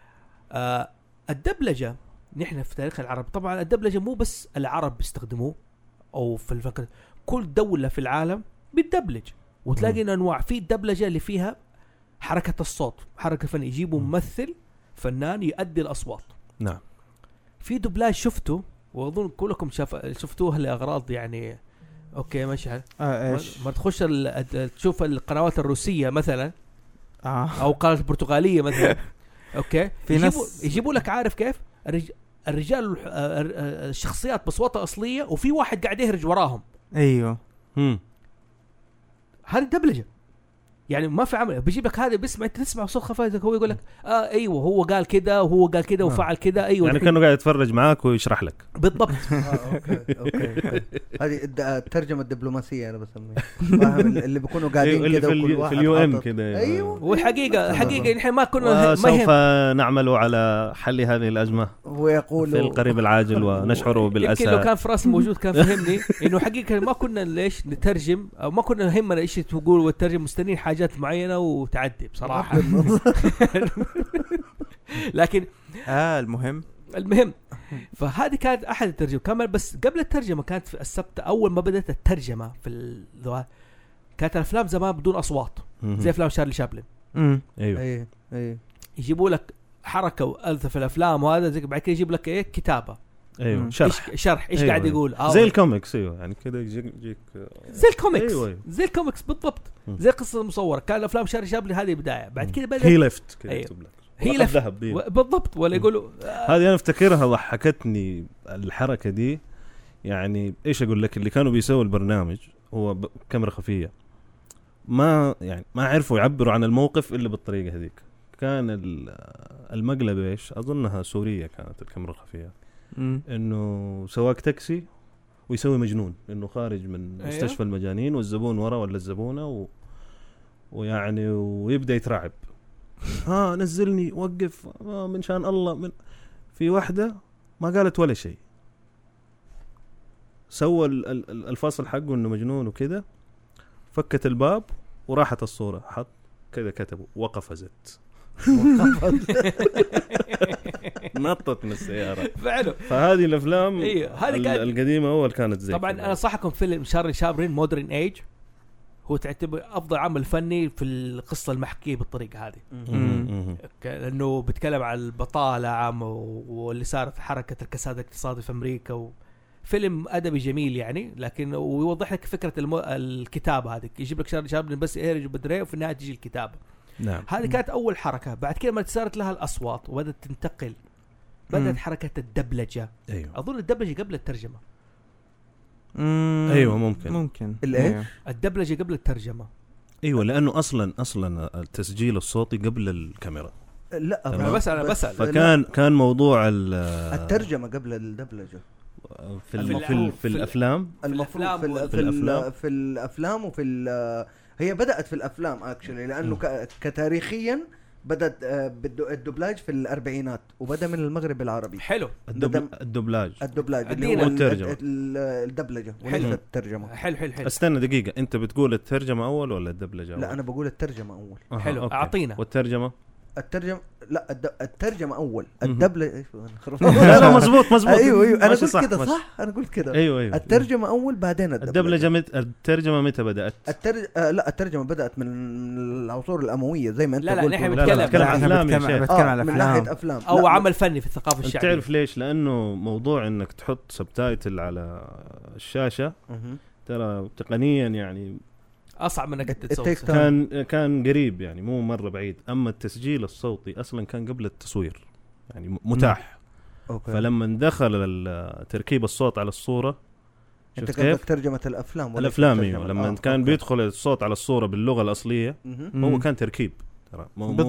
الدبلجة نحن في تاريخ العرب طبعا الدبلجة مو بس العرب بيستخدموه أو في الفكر، كل دولة في العالم بتدبلج، وتلاقي أنواع في الدبلجة اللي فيها حركة الصوت، حركة فن، يجيبوا ممثل فنان يؤدي الأصوات. نعم. في دبلاج شفته وأظن كلكم شفتوه لأغراض يعني اوكي ماشي. ما تخش تشوف القنوات الروسيه مثلا او قناه البرتغاليه مثلا. اوكي في ناس يجيبوا لك عارف كيف الرجال الشخصيات بصوتها اصليه وفي واحد قاعد يهرج وراهم. ايوه. هذه دبلجه. يعني ما في عمل. بيجيب لك هذا بيسمع، انت تسمع صوت خفايتك هو يقول لك ايوه هو قال كده وهو قال كده وفعل كده. ايوه يعني كانه قاعد يتفرج معاك ويشرح لك بالضبط. اوكي. هذه الترجمه الدبلوماسيه انا بسميها. فاهم اللي بيكونوا قاعدين كده وكل واحد في اليو ان كده. ايوه. والحقيقه نحن ما كنا سوف نعمل على حل هذه الازمه ويقول في القريب العاجل ونشعر بالاسى. يمكن لو كان فراس موجود كان فهمني انه حقيقه ما كنا ليش نترجم او ما كنا يهمنا ايش تقول والترجم، مستنين حاجات معينه وتعدي بصراحه. لكن المهم فهذه كانت احد الترجمه كمان. بس قبل الترجمه كانت في السبت اول ما بدات الترجمه في كانت الافلام زمان بدون اصوات زي افلام شارلي شابلن. ايوه يجيبوا لك حركه والف في الافلام وهذا زي بعد كده يجيب لك ايه كتابه. ايوه شرح ايش قاعد يقول. زي الكوميكس. ايوه يعني كده يجيك زي الكوميكس. أيوة. زي الكوميكس بالضبط. زي قصه المصوره. كان افلام شارلي شابلن هذه بدايه، بعد كده بدا هي ليفت كده أيوة. يكتب لك هي لفت بالضبط. ولا يقولوا هذه انا افتكرها ضحكتني الحركه دي. يعني ايش اقول لك، اللي كانوا بيسووا البرنامج هو كاميرا خفيه، ما يعني ما عرفوا يعبروا عن الموقف الا بالطريقه هذيك. كان المقلب ايش اظنها سوريه كانت الكاميرا الخفيه، انه سواق تاكسي ويسوي مجنون انه خارج من مستشفى المجانين والزبون ورا ولا الزبونه ويعني ويبدا يترعب. نزلني وقف من شان الله. في واحدة ما قالت ولا شيء، سوى الفاصل حقه انه مجنون وكده، فكت الباب وراحت الصورة، حط كذا كتبوا وقفزت. نطت من السيارة فعلا. فهذه الافلام القديمة اول كانت زي طبعا كده. انا صحكم فيلم شارلي شابلن مودرن ايج هو تعتبر افضل عمل فني في القصه المحكيه بالطريقه هذه، لانه بيتكلم عن البطاله عام واللي صارت حركه الكساد الاقتصادي في امريكا، وفيلم ادبي جميل يعني. لكن ويوضح لك فكره الكتابه هذه، يجيب لك شارلي شابلن بس يهرج وبدري وفي النهايه تجي الكتابه. نعم. هذه كانت اول حركه. بعد كده ما صارت لها الاصوات وبدات تنتقل، بدات حركه الدبلجه. أيوه. اظن الدبلجه قبل الترجمه. ايوه ممكن الايه الدبلجه قبل الترجمه. ايوه لانه اصلا التسجيل الصوتي قبل الكاميرا. لا انا بسأل فكان موضوع الترجمه قبل الدبلجه في الافلام. المفروض في الافلام وفي هي بدات في الافلام اكشلي، لانه كتاريخيا بدأت الدبلاج في الأربعينات وبدأ من المغرب العربي. حلو. الدبلاج اللي هو الدبلجة وليس الترجمة. حلو. استنى دقيقة، أنت بتقول الترجمة أول ولا الدبلجة أول؟ لا أنا بقول الترجمة أول. حلو. أعطينا. والترجمة؟ الترجمة أول. الدبلجة إيش لا مزبوط. أيوه أنا قلت كده صح. أنا قلت كده. أيوه. الترجمة أول بعدين الدبلجة. الترجمة متى بدأت؟ لا الترجمة بدأت من العصور الأموية زي ما أنت قلت. لا نحن بنتكلم عن أفلام من ناحية أفلام أو عمل فني في الثقافة الشعبية. تعرف ليش؟ لأنه موضوع إنك تحط سبتايتل على الشاشة ترى تقنيا يعني أصعب من إنك تسوي. كان قريب يعني مو مرة بعيد. أما التسجيل الصوتي أصلا كان قبل التصوير يعني متاح. فلما دخل تركيب الصوت على الصورة، انت كيف ترجمة الافلام ايوه لما كان بيدخل الصوت على الصورة باللغة الأصلية هو كان تركيب ترى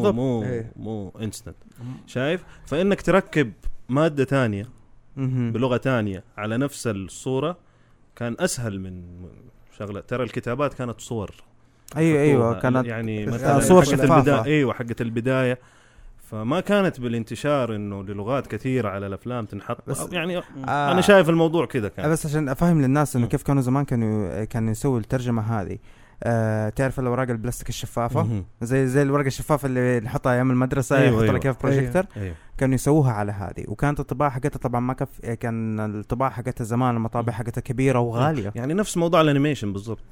مو انستنت. شايف؟ فإنك تركب مادة تانية بلغة تانية على نفس الصورة كان أسهل من شغلة. ترى الكتابات كانت صور. ايوه كانت يعني مثلا صور شفافة. ايوه حقة البداية. فما كانت بالانتشار انه للغات كثيرة على الافلام تنحط يعني انا شايف الموضوع كده كان. بس عشان افهم للناس انه كيف كانوا زمان كانوا يسووا الترجمة هذه. تعرف الأوراق البلاستيك الشفافة زي الورقة الشفافة اللي نحطها أيام المدرسة يحط لك كيف بروجيكتور. كانوا يسووها على هذه، وكانت الطباعة حقتها طبعا ما كان الطباعة حقتها زمان المطابع حقتها كبيرة وغالية يعني نفس موضوع الانيميشن بالضبط.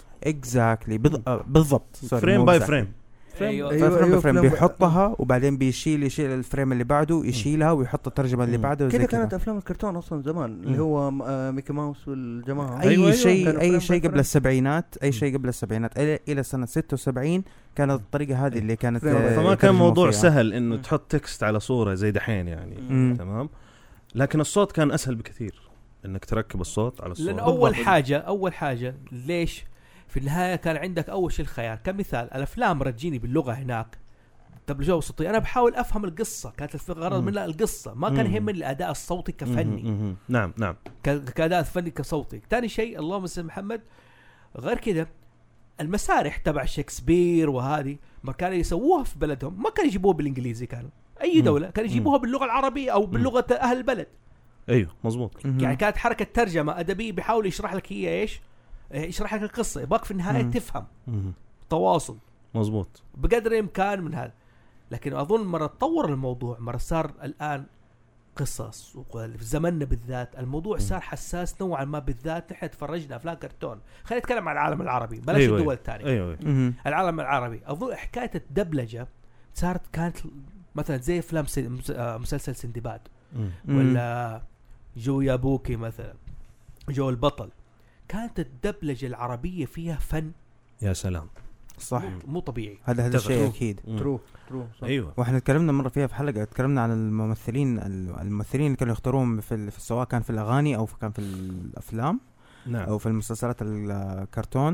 بالضبط فريم باي فريم. فريم بيحطها وبعدين يشيل الفريم اللي بعده يشيلها ويحط الترجمة اللي بعده. كده كانت أفلام الكرتون أصلا زمان اللي هو ميكي ماوس والجماعة. أي شيء قبل السبعينات. إلى سنة 76 كانت الطريقة هذه اللي كانت. فما كان موضوع سهل إنه تحط تكست على صورة زي دحين يعني. تمام. لكن الصوت كان أسهل بكثير إنك تركب الصوت على الصورة. لأن أول حاجة ليش في النهايه كان عندك اول شيء الخيال. كمثال الافلام رجيني باللغه هناك دبلجه وسطي، انا بحاول افهم القصه، كانت الغرض منها القصه، ما كان يهمني الاداء الصوتي كفني. نعم كاداء فني كصوتي. ثاني شيء اللهم صل محمد، غير كده المسارح تبع شكسبير وهذه ما كانوا يسووها في بلدهم، ما كانوا يجيبوها بالانجليزي، كانوا اي دوله كانوا يجيبوها باللغه العربيه او باللغه اهل البلد. ايوه مزبوط. يعني كانت حركه ترجمه ادبيه، بيحاول يشرح لك هي ايش، يشرح لك القصه، يبغاك في النهايه تفهم. تواصل مزبوط بقدر الامكان من هذا. لكن اظن مره تطور الموضوع، مره صار الان قصص، وفي زمننا بالذات الموضوع صار حساس نوعا ما، بالذات نحن تفرجنا افلام كرتون. خلينا نتكلم عن العالم العربي بلاش أيوة الدول الثانيه. أيوة. العالم العربي اظن حكايه الدبلجه صارت كانت مثلا زي افلام مسلسل سندباد ولا جو يابوكي مثلا، جو البطل، كانت الدبلجه العربيه فيها فن. يا سلام صح، مو طبيعي. هذا الشيء اكيد. ترو ايوه. واحنا تكلمنا مره فيها في حلقه، تكلمنا عن الممثلين اللي كانوا يختاروهم في سواء كان في الاغاني او كان في الافلام. نعم. او في المسلسلات الكرتون.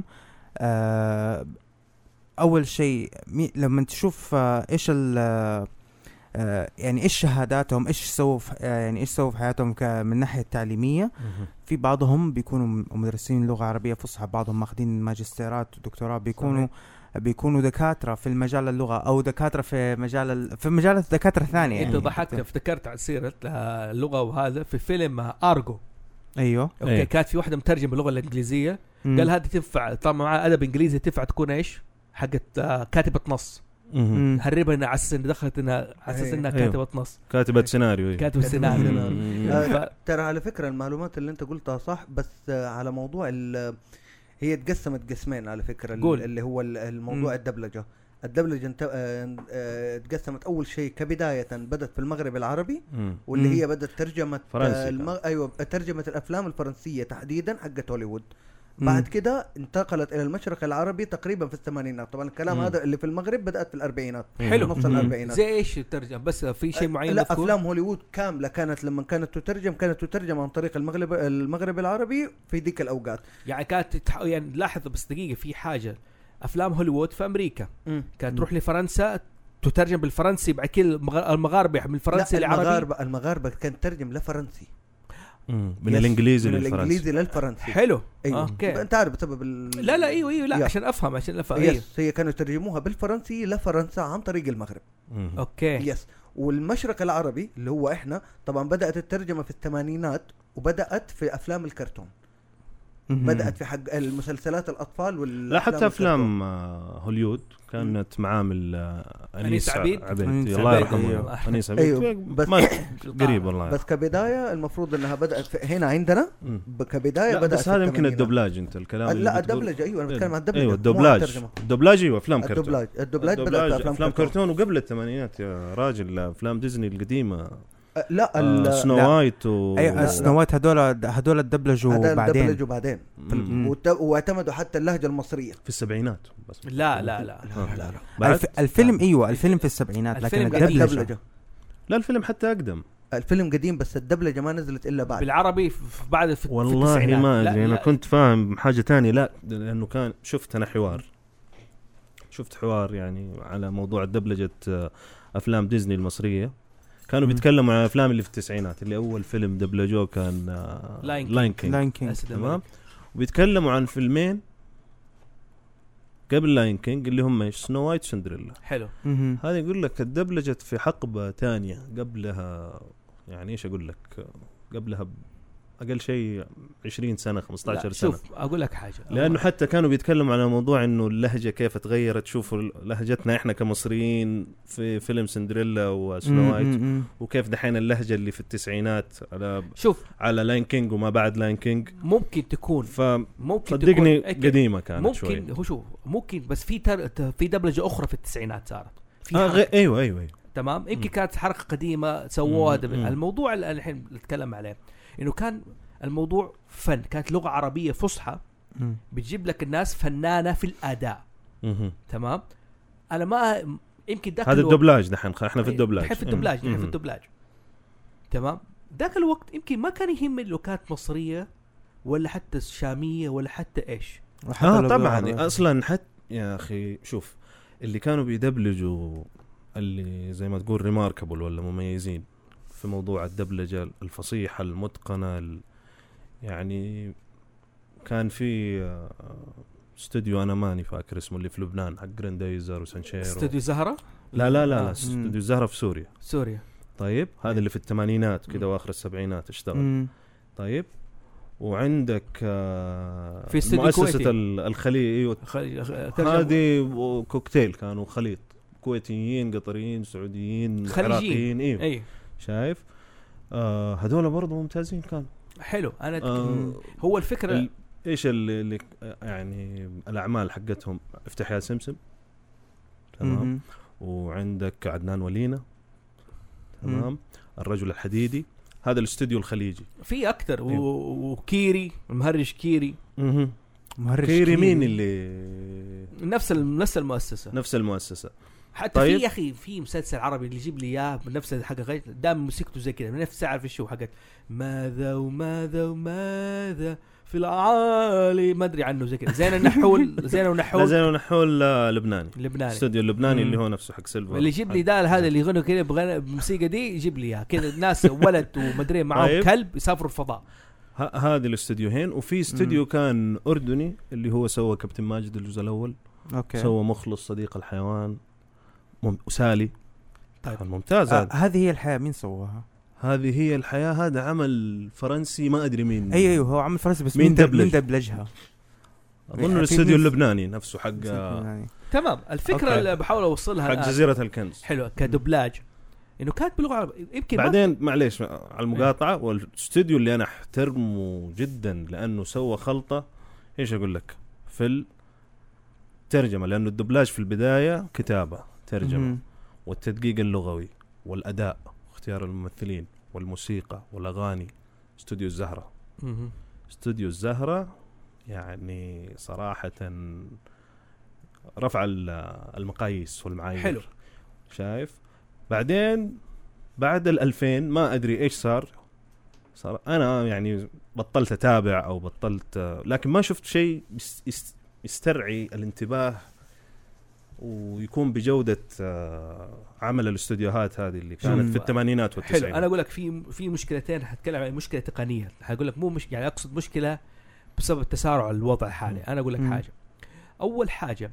اول شيء لما تشوف ايش يعني ايش شهاداتهم، ايش سووا يعني ايش سووا في حياتهم من ناحيه تعليميه. في بعضهم بيكونوا مدرسين لغه عربيه فصحى، بعضهم ماخذين ماجستيرات ودكتوراه، بيكونوا دكاتره في المجال اللغه، او دكاتره في مجالات دكاتره ثانيه. انت يعني ضحكت، افتكرت عن سيره اللغه وهذا في فيلم ارجو. ايوه اوكي أيوه. كانت في واحده مترجمه باللغه الانجليزيه، قال هذه تنفع طبعا مع ادب انجليزي، تنفع تكون ايش حقت كاتبه نص. هربها انها على السن، دخلت انها على اساس انها كاتبه نص، كاتبه سيناريو. كاتبه سيناريو. ترى على فكره المعلومات اللي انت قلتها صح، بس على موضوع هي اتقسمت قسمين على فكره. اللي هو الموضوع الدبلجه اتقسمت اول شيء كبدايه بدت في المغرب العربي، واللي هي بدت ترجمه ايوه ترجمه الافلام الفرنسيه تحديدا حقت هوليوود. بعد كده انتقلت الى المشرق العربي تقريبا في الثمانينات. طبعا الكلام هذا اللي في المغرب بدات في الاربعينات، حلو نص الاربعينات. زي ايش ترجم؟ بس في شيء معين لا افلام هوليوود كامله كانت لما كانت تترجم عن طريق المغرب العربي في ذيك الاوقات. يعني كانت يعني لاحظ بس دقيقه، في حاجه افلام هوليوود في امريكا كانت تروح لفرنسا تترجم بالفرنسي، بعد كده المغاربه من الفرنسي للعربي. المغاربه كانت ترجم لفرنسي من الانجليزي للفرنسي. حلو. أيوه. اوكي انت عارف بسبب لا ايوه لا عشان افهم أيوه. هي كانوا يترجموها بالفرنسي لفرنسا عن طريق المغرب. اوكي والمشرق العربي اللي هو احنا طبعا بدات الترجمه في الثمانينات، وبدات في افلام الكرتون، بدات في حق المسلسلات الاطفال لا حتى افلام هوليود كانت معامل انيس عبيد الله يرحمه. انيس عبيد أيوه. بس قريب والله. بس كبدايه المفروض انها بدات هنا عندنا كبدايه بدات. بس هذا يمكن الدبلاج، انت الكلام اللي لا الدبلجه ايوه انا بتكلم عن الدبلجه. ايوه الدبلاج ايوه افلام كرتون. الدبلاج بدات افلام كرتون وقبل الثمانينات يا راجل. افلام ديزني القديمه لا سنو وايت سنو وايت هذول الدبلجوا بعدين واعتمدوا حتى اللهجه المصريه في السبعينات. بس لا الفيلم ايوه الفيلم في السبعينات، لكن الدبلجه لا الفيلم حتى اقدم. الفيلم قديم بس الدبلجه ما نزلت الا بعد بالعربي بعد في والله في ما ادري. انا كنت فاهم حاجه تانية. لا لانه كان شفت حوار يعني على موضوع دبلجه افلام ديزني المصريه. كانوا بيتكلموا عن الافلام اللي في التسعينات، اللي اول فيلم دبلجوه كان لاين كينج. تمام. وبيتكلموا عن فيلمين قبل لاين كينج اللي هم سنو وايت سندريلا. حلو. هذا يقول لك الدبلجة في حقبة تانية قبلها، يعني ايش اقول لك، قبلها اقل شيء 20 سنة 15 سنة. شوف اقول لك حاجة، لانه حتى كانوا بيتكلموا على موضوع انه اللهجة كيف تغيرت. شوفوا لهجتنا احنا كمصريين في فيلم سندريلا وسنو وايت، وكيف دحين اللهجة اللي في التسعينات على لاين كينج وما بعد لاين كينج ممكن تكون صدقني قديمة كانت ممكن شوي. هو شوف ممكن، بس في دبلجة اخرى في التسعينات صارت ايوه تمام. يمكن كانت حركة قديمة سووها. الموضوع اللي الحين نتكلم عليه انه كان الموضوع فن، كانت لغة عربية فصحى بتجيب لك الناس فنانة في الأداء. تمام. أنا ما يمكن هذا الدبلاج دحين احنا في الدبلاج في الدبلاج تمام. ذاك الوقت يمكن ما كان يهم لو كانت مصرية ولا حتى شامية ولا حتى ايش. طبعا اصلا حتى يا اخي شوف اللي كانوا بيدبلجوا اللي زي ما تقول ريماركابل ولا مميزين في موضوع الدبلجة الفصيحة المتقنة يعني كان في استوديو انا ماني فاكر اسمه اللي في لبنان حق جراندايزر وسانشيرو. استوديو زهرة؟ لا استوديو زهرة في سوريا. طيب هذا اللي في الثمانينات كده واخر السبعينات اشتغل. طيب وعندك في مؤسسة الخليج هذه كوكتيل كانوا خليط كويتيين قطريين سعوديين عراقيين ايوه شايف هذول برضو ممتازين كانوا حلو. انا هو الفكرة ايش اللي يعني الاعمال حقتهم افتح يا سمسم تمام وعندك عدنان ولينا تمام الرجل الحديدي هذا الاستوديو الخليجي في اكثر وكيري المهرج كيري كيري مين اللي نفس المؤسسة حتى طيب. في يا اخي في مسلسل عربي اللي يجيب لي اياه بنفس الحاجه غير دام موسيقته زي كده نفس عارف الشو حقت ماذا وماذا في العالي ما ادري عنه زي كده زين ونحول لبناني استوديو اللبناني اللي هو نفسه حق سيلفر اللي يجيب لي ده هذا اللي يغنوا كده بموسيقى دي يجيب لي اياها كده ناس ولد ومدري معاهم طيب. كلب يسافروا الفضاء هذه الاستوديوهين وفي استوديو كان اردني اللي هو سوى كابتن ماجد الجزء الاول سوى مخلص صديق الحيوان وسالي طيب. ممتاز هذه هي الحياة مين سواها؟ هذه هي الحياة هذا عمل فرنسي ما أدري مين أيوه هو عمل فرنسي بس مين دبلجها أظن الاستوديو اللبناني نفسه حق تمام الفكرة اللي بحاول أوصلها حق جزيرة الكنز حلو كدبلاج إنه كانت باللغة العربية يمكن بعدين معليش على المقاطعة والاستوديو اللي أنا احترمه جدا لأنه سوى خلطة إيش أقول لك في الترجمة لأنه الدبلاج في البداية كتابة ترجمة والتدقيق اللغوي والأداء اختيار الممثلين والموسيقى والأغاني استوديو الزهرة استوديو الزهرة يعني صراحة رفع المقاييس والمعايير حلو شايف بعدين بعد 2000 ما أدري إيش صار أنا يعني بطلت أتابع أو بطلت لكن ما شفت شيء يسترعي الانتباه ويكون بجودة عمل الاستوديوهات هذه اللي كانت في الثمانينات والتسعينات. حلو. أنا أقول لك في مشكلتين هتكلم عن مشكلة تقنية هقول لك مو يعني أقصد مشكلة بسبب تسارع الوضع الحالي. أنا أقول لك حاجة أول حاجة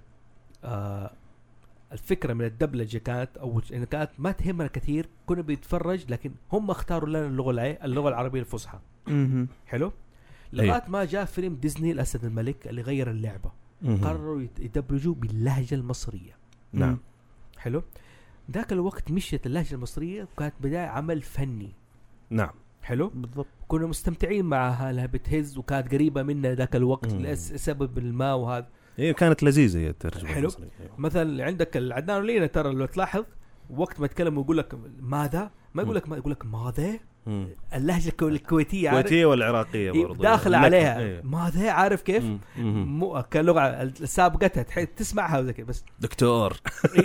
الفكرة من الدبلجة كانت أو إن كانت ما تهمنا كثير كنا بنتفرج لكن هم اختاروا لنا اللغة العربية الفصحى حلو لغاية ما جاء فيلم ديزني الأسد الملك اللي غير اللعبة قرروا يدبلجوا باللهجة المصرية. نعم حلو ذاك الوقت مشيت اللهجة المصرية وكانت بداية عمل فني. نعم حلو بالضبط كنا مستمتعين معها لها بتهز وكانت قريبة منا ذاك الوقت لسبب الماء وهذا هي كانت لذيذة هي الترجمة حلو مثلا عندك العدنان ولينا ترى لو تلاحظ وقت ما يتكلم ويقول لك ماذا ما يقول لك ماذا اللهجة الكويتية والعراقية برضو داخل عليها ماذا عارف كيف مو كلغة السابقتها تسمعها وذاك بس دكتور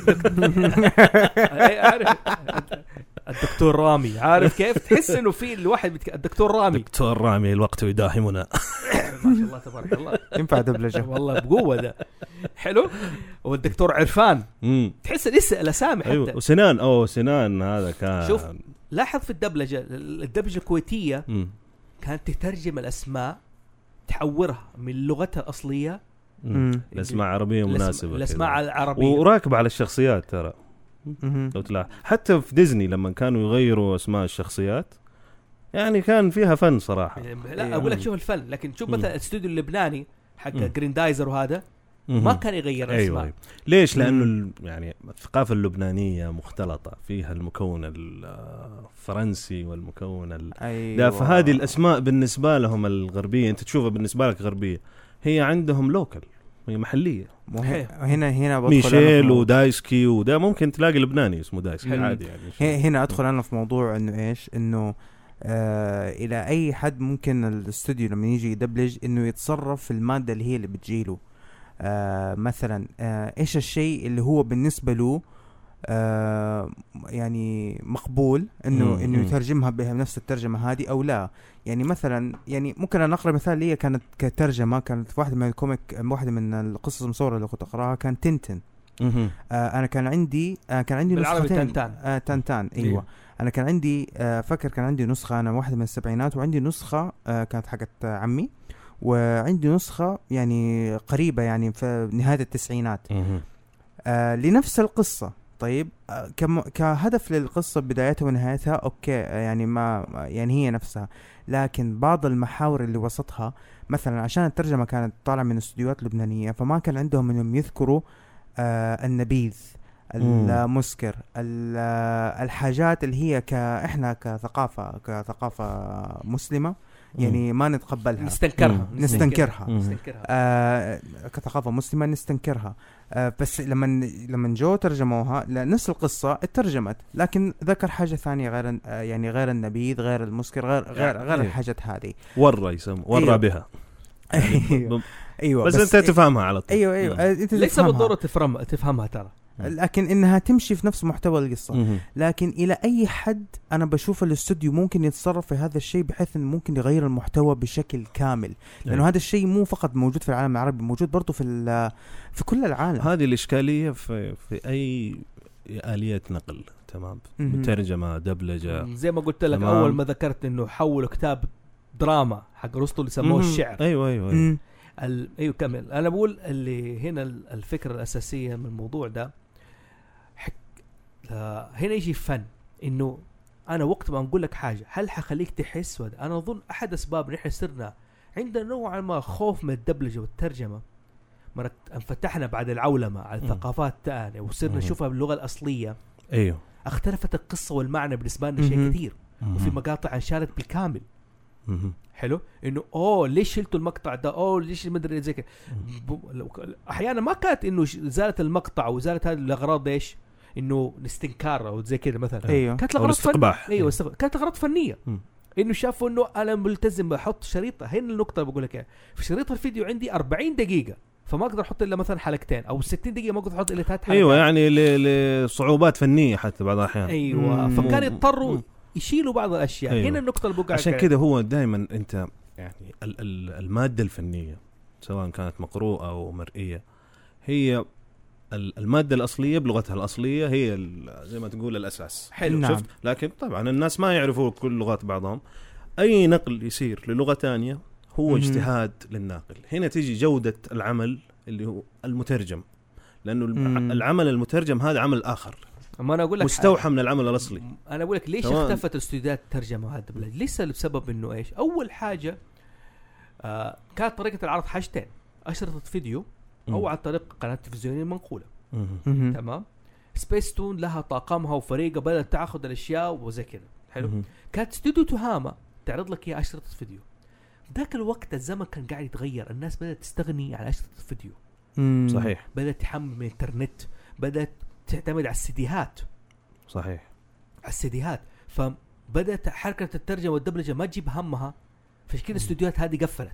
عارف الدكتور رامي عارف كيف تحس انه في الواحد دكتور رامي الوقت يداهمنا ما شاء الله تبارك الله ينفع دبلجه والله بقوة ده حلو. والدكتور عرفان تحس لسه الاسامي حتى أيوة. وسنان هذا كان شوف لاحظ في الدبلجة الكويتية كانت تترجم الأسماء تحورها من لغتها الأصلية الأسماء عربية مناسبة الأسماء العربية وراكب على الشخصيات ترى لو تلاحظ حتى في ديزني لما كانوا يغيروا أسماء الشخصيات يعني كان فيها فن صراحة. لا أقول لك شوف الفن لكن شوف مثلا الاستوديو اللبناني حق جريندايزر وهذا ما كان يغير أسماء. أيوة. ليش؟ لأنه يعني الثقافة اللبنانية مختلطة فيها المكون الفرنسي والمكون أيوة. فهذه الأسماء بالنسبة لهم الغربية أنت تشوفها بالنسبة لك غربية هي عندهم لوكال هي محلية. هنا ميشيل ودايسكي وده ممكن تلاقي لبناني اسمه دايسكي عادي يعني. هنا أدخل أنا في موضوع إنه إيش إنه إلى أي حد ممكن الاستوديو لما يجي يدبلج إنه يتصرف في المادة اللي هي اللي بتجيله. مثلا ايش الشيء اللي هو بالنسبة له يعني مقبول انه يترجمها بنفس الترجمه هذه او لا. يعني مثلا يعني ممكن انا اقرا مثال لي كانت كترجمه، كانت واحده من الكوميك، واحده من القصص المصوره اللي كنت اقراها كان تنتن. انا كان عندي نسختين تنتان ايوه. انا كان عندي فكر كان عندي نسخه انا واحده من السبعينات، وعندي نسخه كانت حقت عمي، وعندي نسخه يعني قريبه يعني في نهايه التسعينات لنفس القصه. طيب كهدف للقصة بدايتها ونهايتها أوكي، يعني ما يعني هي نفسها، لكن بعض المحاور اللي وسطها مثلا عشان الترجمة كانت طالعة من استوديوهات لبنانية، فما كان عندهم إنهم يذكروا النبيذ، المسكر، الحاجات اللي هي إحنا كثقافة مسلمة يعني ما نتقبلها، نستنكرها كثقافة مسلمة نستنكرها. بس لما جو ترجموها لنفس القصة اترجمت، لكن ذكر حاجة ثانية غير يعني غير النبيذ، غير المسكر، غير الحاجات هذه ورا بها. ايوه بس انت تفهمها على طول. ايوه انت ليس بالضرورة تفهمها ترى، لكن انها تمشي في نفس محتوى القصة. لكن الى اي حد انا بشوف الاستوديو ممكن يتصرف في هذا الشيء بحيث انه ممكن يغير المحتوى بشكل كامل، لانه هذا الشيء مو فقط موجود في العالم العربي، موجود برضو في كل العالم. هذه الاشكالية في اي آلية نقل، تمام، مترجمة، دبلجة، زي ما قلت لك اول ما ذكرت انه حولوا كتاب دراما حق ارسطو اللي سموه الشعر. ايوه ايوه كمل. انا بقول اللي هنا الفكرة الأساسية من الموضوع ده هنا يجي فن، انه انا وقت ما نقول لك حاجة هل حخليك تحس. انا اظن احد اسباب نحن صرنا عندنا نوعا ما خوف من الدبلجة والترجمة، انفتحنا بعد العولمة على الثقافات الثانية وصرنا نشوفها باللغة الأصلية. ايوه اختلفت القصة والمعنى بالنسبة لنا شيء كثير، وفي مقاطع انشالت بالكامل. حلو انه ليش شلتوا المقطع ده، ليش ما ادري زي كده. احيانا ما كانت انه زالت المقطع وزالت هذه الاغراض ايش انه نستنكار او زي كده مثلا. أيوه. كانت اغراض فنيه. كانت اغراض فنيه انه شافوا انه انا ملتزم بحط شريطه. هنا النقطه بقول لك في شريط الفيديو عندي 40 دقيقه، فما اقدر احط الا مثلا حلقتين، او 60 دقيقه ما اقدر احط الا 3 حلقات. ايوه يعني لصعوبات فنيه حتى بعض الاحيان. ايوه فكان يضطروا يشيلوا بعض الاشياء. أيوة. هنا النقطه اللي بقى عشان كده هو دائما انت يعني الماده الفنيه سواء كانت مقروءه او مرئيه، هي الماده الاصليه بلغتها الاصليه هي زي ما تقول الاساس. حلو. شفت؟ لكن طبعا الناس ما يعرفوا كل لغات بعضهم. اي نقل يصير للغه ثانيه هو اجتهاد للناقل. هنا تيجي جوده العمل اللي هو المترجم، لانه العمل المترجم هذا عمل اخر، ما أنا أقول لك مستوحى من العمل الأصلي. أنا أقول لك ليش اختفت الاستوديوهات الترجمة هذا البلد؟ ليس بسبب إنه إيش. أول حاجة كانت طريقة العرض حاجتين: أشرطة فيديو أو على طريق قناة تلفزيونية منقولة. تمام. سبيس تون لها طاقمها وفريقها بدأت تأخذ الأشياء وزي كذا. حلو. كانت استوديو تهامة تعرض لك إياه أشرطة فيديو. ذاك الوقت الزمن كان قاعد يتغير، الناس بدأت تستغني عن أشرطة الفيديو. صحيح. بدأت تحمل من الإنترنت، بدأت تعتمد على السيديهات. صحيح. على السيديهات. فبدأت حركة الترجمة والدبلجة ما تجيب همها، فعشان كده الاستوديوهات هذه قفلت،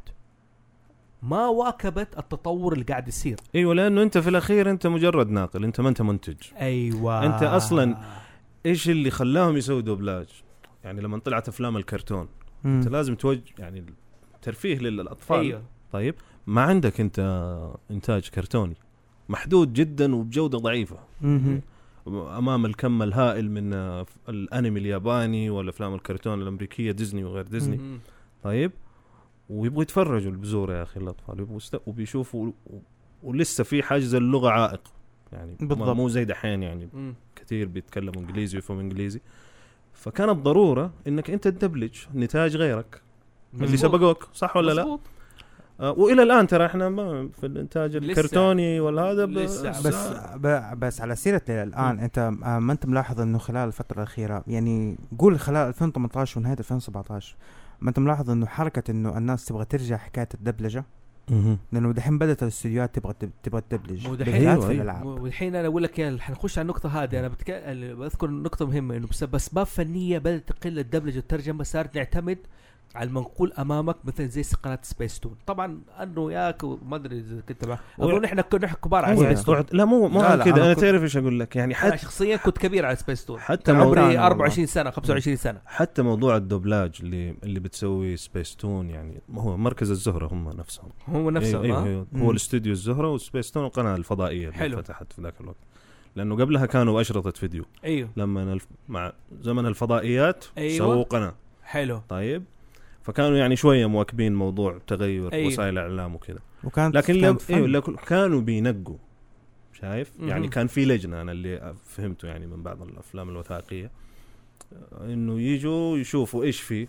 ما واكبت التطور اللي قاعد يصير. ايوه لانه انت في الاخير انت مجرد ناقل، انت ما انت منتج. ايوه انت اصلا ايش اللي خلاهم يسووا دوبلاج؟ يعني لما طلعت افلام الكرتون انت لازم توجه يعني ترفيه للاطفال. أيوة. طيب ما عندك انت انتاج كرتوني محدود جدا وبجوده ضعيفه امام الكم الهائل من الانمي الياباني والافلام الكرتون الامريكيه ديزني وغير ديزني. طيب ويبغوا يتفرجوا البزور يا اخي الاطفال، يبغوا وبيشوفوا ولسه في حاجز اللغه عائق يعني مو زي دحين يعني كثير بيتكلموا انجليزي ويفهموا انجليزي. فكانت ضروره انك انت تدبلج نتاج غيرك اللي سبقوك، صح ولا لا؟ والى الان ترى احنا ما في الانتاج الكرتوني ولا هذا بس على سيره الان انت ما انت ملاحظ انه خلال الفتره الاخيره يعني قول خلال 2018 ونهايه 2017 ما انت ملاحظ انه حركه انه الناس تبغى ترجع حكايه الدبلجه، لانه دحين بدات الاستديوهات تبغى تدبلج بالذات في الالعاب. والحين انا اقول لك حنخش على النقطه هذه. انا بذكر نقطه مهمه انه بس اسباب فنيه بدات تقل الدبلجه والترجمه، صارت نعتمد على المنقول امامك مثلا زي قناه سبيستون. طبعا انه ياك ما ادري اذا كنت اظن احنا كنا كبار على سبيستون. لا مو لا كذا. انا تعرف ايش اقول لك يعني انا شخصيا كنت كبير على سبيستون، حتى عمري 24 سنه 25 سنه. حتى موضوع الدوبلاج اللي بتسوي سبيستون يعني هو مركز الزهرة هم نفسهم. أيوة. هو الاستوديو الزهرة وسبيستون القناة الفضائية اللي فتحت في ذاك الوقت، لأنه قبلها كانوا أشرطة فيديو. أيوه. لما مع زمن الفضائيات أيوه. سووا قناة. حلو. طيب فكانوا يعني شوية مواكبين موضوع تغير أيوه. وسائل الإعلام وكذا. لكن كانوا بينقوا شايف يعني كان في لجنة أنا اللي فهمته يعني من بعض الأفلام الوثائقية إنه يجوا يشوفوا إيش في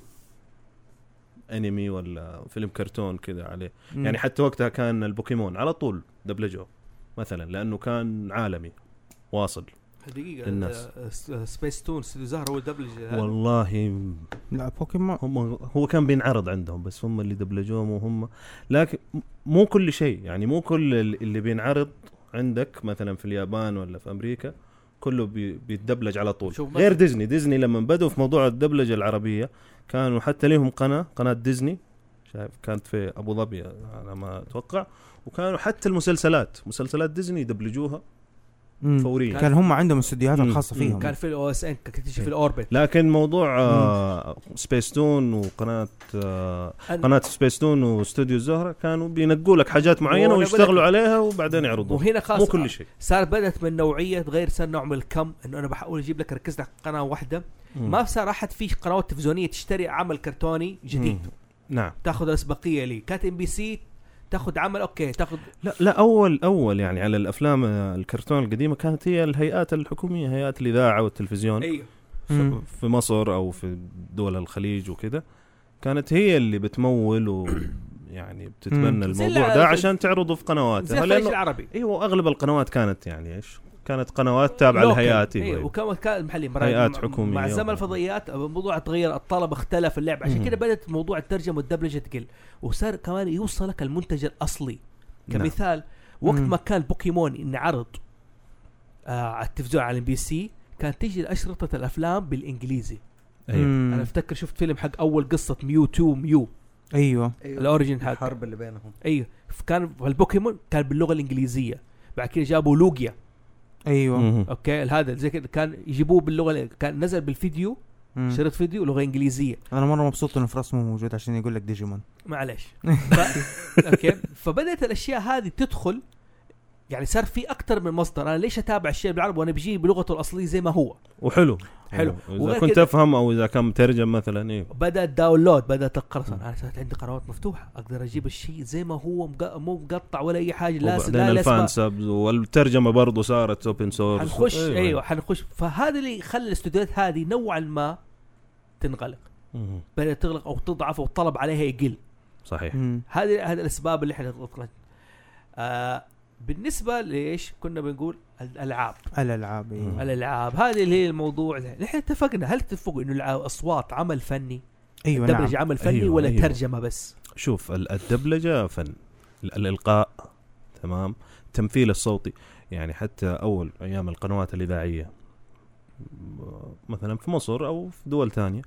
أنمي ولا فيلم كرتون كذا عليه. يعني حتى وقتها كان البوكيمون على طول دبلجوه مثلا لأنه كان عالمي واصل دقيقة للناس. سبيس تون استوديو زهرة هو دبلج والله لا بوكيمون هو كان بينعرض عندهم بس هم اللي دبلجوهم وهم، لكن مو كل شيء يعني مو كل اللي بينعرض عندك مثلا في اليابان ولا في أمريكا كله بيتدبلج على طول. غير ديزني لما بدوا في موضوع الدبلجة العربية كانوا حتى لهم قناة ديزني شايف كانت في أبو ظبي أنا ما أتوقع، وكانوا حتى مسلسلات ديزني يدبلجوها فوريا. كان هم عندهم استديوهات الخاصة فيهم. كان في الأو اس ان كنت في الأوربت. لكن موضوع سبيستون وقناة قناة سبيستون واستوديو الزهرة كانوا بينقوا لك حاجات معينة ويشتغلوا عليها وبعدين يعرضوها. وهنا خاص مو كل شيء صار بدأت من نوعية غير، صار نوع من الكم إنه أنا بحاول أجيب لك ركز على قناة واحدة. ما صار أحد في قنوات تلفزيونية تشتري عمل كرتوني جديد. نعم. تأخذ الأسبقية لي كانت ام بي سي تاخذ عمل اوكي تاخذ. لا اول يعني على الافلام الكرتون القديمه كانت هي الهيئات الحكوميه، هيئات الاذاعه والتلفزيون. ايوه. في مصر او في دول الخليج وكذا كانت هي اللي بتمول ويعني بتتبنى الموضوع ده عشان تعرضه في قنواتها. لانه العربي ايوه اغلب القنوات كانت يعني ايش كانت قنوات تابعه للهيئات. ايوه وكانت محلي هيئات حكوميه. مع زمن الفضائيات الموضوع تغير، الطلب اختلف، اللعب عشان كده بدأت موضوع الترجمه والدبلجه تقل، وصار كمان يوصلك المنتج الاصلي. كمثال وقت ما كان بوكيمون انعرض على التلفزيون على البي سي كانت تيجي اشرطه الافلام بالانجليزي. أيوة. انا افتكر شفت فيلم حق اول قصه ميو ايوه الاوريجين حق الحرب اللي بينهم. ايوه كان البوكيمون كان باللغه الانجليزيه، بعد كده جابوا لوجيا. ايوه اوكي هذا زي كده كان يجيبوه باللغه، كان نزل بالفيديو شريط فيديو لغه انجليزيه. انا مره مبسوط انه في رسمه موجود عشان يقول لك ديجيمون. معلش اوكي فبدات الاشياء هذه تدخل، يعني صار في اكثر من مصدر. انا ليش اتابع الشيء بالعربي وانا بجي بلغته الاصليه زي ما هو وحلو اذا كنت افهم او اذا كان مترجم مثلا. ايه بدا الداونلود، بدات القرصنه. انا صارت عندي قنوات مفتوحه اقدر اجيب الشيء زي ما هو مو مقطع ولا اي حاجه. لا الفان سب والترجمه برضو صارت اوبن سورس. حنخش ايوه حنخش. فهذا اللي خلى الاستوديوهات هذه نوعا ما تنغلق، بدات تغلق او تضعف او الطلب عليها يقل. صحيح. هذه الاسباب اللي احنا بالنسبه ليش كنا بنقول الالعاب هذه اللي هي الموضوع. نحن اتفقنا، هل تتفقوا انه الاصوات عمل فني؟ ايوه الدبلجه نعم. عمل فني ولا ترجمه بس؟ شوف الدبلجه فن، الالقاء تمام، التمثيل الصوتي. يعني حتى اول ايام القنوات الاذاعيه مثلا في مصر او في دول تانية،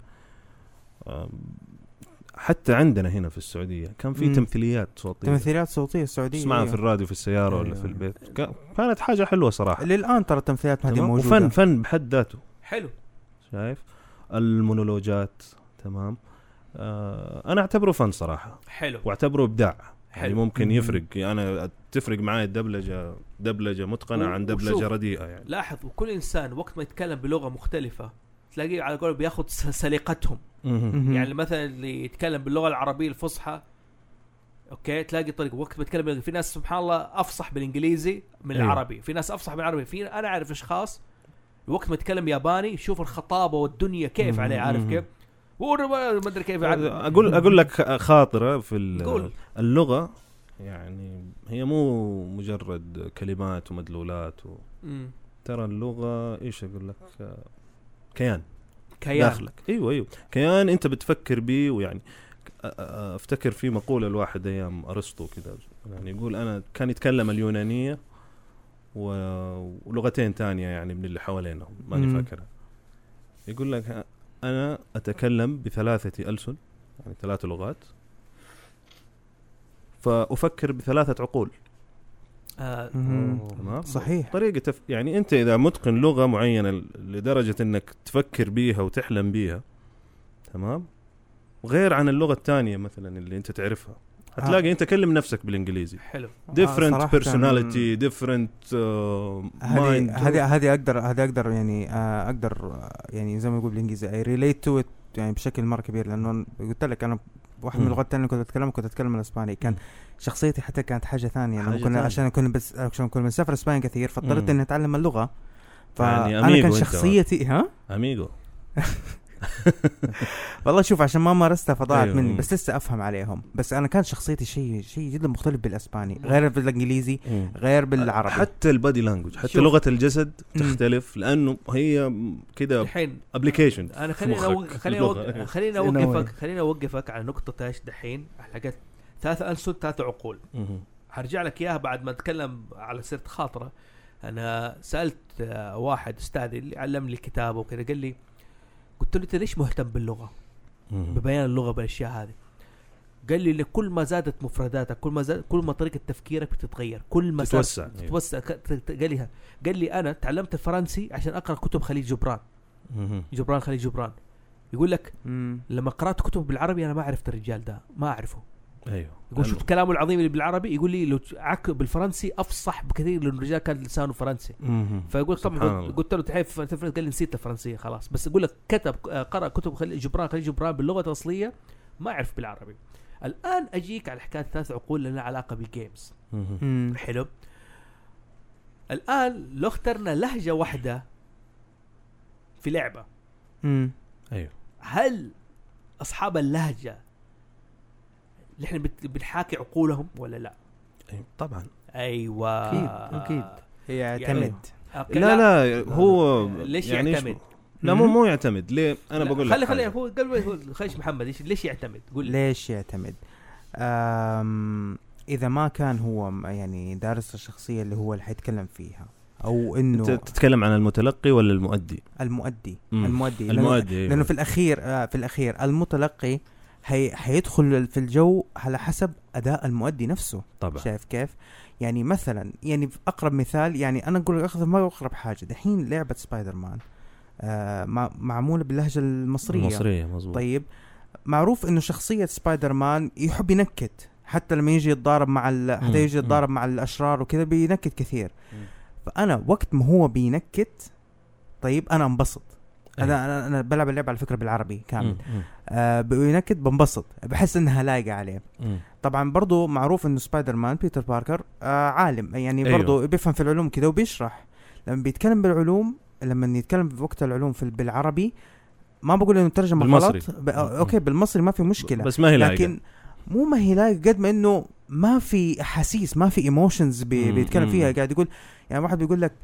حتى عندنا هنا في السعودية كان في تمثيليات صوتية السعودية تسمعها في الراديو في السيارة ولا في البيت. كانت حاجة حلوة صراحة. للآن ترى التمثيلات هذه موجودة، وفن بحد ذاته حلو. شايف المونولوجات تمام. أنا أعتبره فن صراحة حلو، واعتبره إبداع. يعني ممكن يفرق. أنا تفرق معي دبلجة متقنة عن دبلجة رديئة. يعني لاحظ وكل إنسان وقت ما يتكلم بلغة مختلفة تلاقيه على قول بياخد سليقتهم. يعني مثلا اللي يتكلم باللغة العربية الفصحى اوكي تلاقي طريقه. وقت ما يتكلم في ناس سبحان الله افصح بالانجليزي من العربي، في ناس افصح بالعربي. في انا اعرف اشخاص وقت ما يتكلم ياباني شوف الخطابه والدنيا كيف عليه، عارف كيف ما ادري كيف. اقول لك خاطره في اللغه، يعني هي مو مجرد كلمات ومدلولات ترى اللغه ايش اقول لك كيان داخلك. ايوه كيان انت بتفكر بيه. ويعني افتكر في مقولة الواحد ايام ارسطو كده، يعني يقول انا كان يتكلم اليونانية ولغتين تانية يعني من اللي حوالينهم ماني فاكرها. يقول لك انا اتكلم ب3 ألسن يعني 3 لغات، فأفكر ب3 عقول. تمام. صحيح. طريقة يعني أنت إذا متقن لغة معينة لدرجة إنك تفكر بيها وتحلم بيها، تمام، غير عن اللغة الثانية مثلا اللي أنت تعرفها، هتلاقي أنت كلم نفسك بالإنجليزي. حلو. different personality different mind. هذه أقدر يعني أقدر يعني زي ما يقول بالإنجليزي I relate to it يعني بشكل مرة كبير، لأنه قلت لك أنا واحد من اللغات الثانية كنت أتكلم الإسباني، كان شخصيتي حتى كانت حاجة ثانية، عشان كنا بنسافر إسبانيا كثير، فاضطريت إني أتعلم اللغة. فأنا كان شخصيتي أميغو. والله شوف عشان ما مارستها فضاعت أيوه. مني، بس لسه أفهم عليهم. بس أنا كانت شخصيتي شيء جدا مختلف بالإسباني، غير بالإنجليزي، غير بالعربي. حتى البادي لانجوج، حتى لغة الجسد تختلف، لأنه هي كده الحين ابليكيشن. أنا خليني أوقفك على نقطة إيش دحين حلقة 3 ألسن 3 عقول. هرجع لك إياها بعد ما نتكلم على سيرة خاطرة. أنا سألت واحد أستاذي اللي علم لي كتابه وكذا، قال لي، قلت له أنت ليش مهتم باللغة ببيان اللغة بالأشياء هذه؟ قال لي كل ما زادت مفرداتك، كل ما طريقة تفكيرك بتتغير، كل ما تتوسع. قال لي أنا تعلمت الفرنسي عشان أقرأ كتب خليل جبران. يقول لك لما قرأت كتب بالعربي أنا ما عرفت الرجال ده، ما أعرفه. أيوه. يقول شوف كلامه العظيم اللي بالعربي، يقول لي لو عك بالفرنسي أفصح بكثير لأن الرجال كان لسانه فرنسي. فيقول طبعا قلت له تحيف، قال لي نسيت الفرنسية خلاص. بس يقول لك قرأ كتب خليل جبران باللغة الأصلية، ما أعرف بالعربي. الآن أجيك على حكاية 3 عقول لنا علاقة بالجيمز. حلو. الآن لو اخترنا لهجة واحدة في لعبة، أيوه، هل أصحاب اللهجة اللي احنا بنحاكي عقولهم ولا لا؟ أيوه طبعا. أيوة أكيد هي يعتمد. لا هو ليش يعني يعتمد؟ لا مو يعتمد. ليه؟ أنا بقول لك خلي هو قبل خيش محمد ليش يعتمد؟ قول ليش يعتمد. إذا ما كان هو يعني دارس الشخصية اللي هو اللي حيتكلم فيها، أو إنه تتكلم عن المتلقي ولا المؤدي؟ المؤدي. لأنه في الأخير المتلقي هيدخل في الجو على حسب أداء المؤدي نفسه. طبعا. شايف كيف؟ يعني مثلا يعني في أقرب مثال، يعني أنا أقول أخذ ما أقرب حاجة دحين لعبة سبايدر مان معمولة باللهجة المصرية. مظبوط. طيب معروف إنه شخصية سبايدر مان يحب ينكت، حتى لما يجي يتضارب مع الأشرار وكذا بينكت كثير. فأنا وقت ما هو بينكت، طيب أنا انبسط. أنا بلعب اللعبة على فكرة بالعربي كامل. بينكت بنبسط، بحس إنها لايقة عليه. طبعا برضو معروف إنه سبايدر مان بيتر باركر عالم، يعني برضو بيفهم في العلوم كده وبيشرح. لما بيتكلم بالعلوم، لما يتكلم في وقت العلوم بالعربي، ما بقول إنه ترجمة غلط. أوكي بالمصري ما في مشكلة، بس ما هي لايقة. لكن مو ما هي لايقة قد ما إنه ما في أحاسيس، ما في ايموشنز بيتكلم فيها. قاعد يقول يعني واحد بيقول لك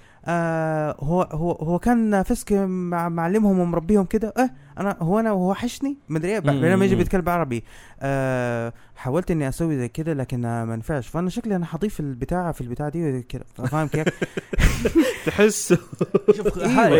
هو كان فسك معلمهم ومربيهم كده، انا هو حشني مدري ايه. بينما يجي بيتكلم عربي، حاولت اني اسوي زي كده لكن ما نفعش، فانا شكلي انا حضيف البتاع في البتاع دي كده. فاهم كيف؟ تحس شوف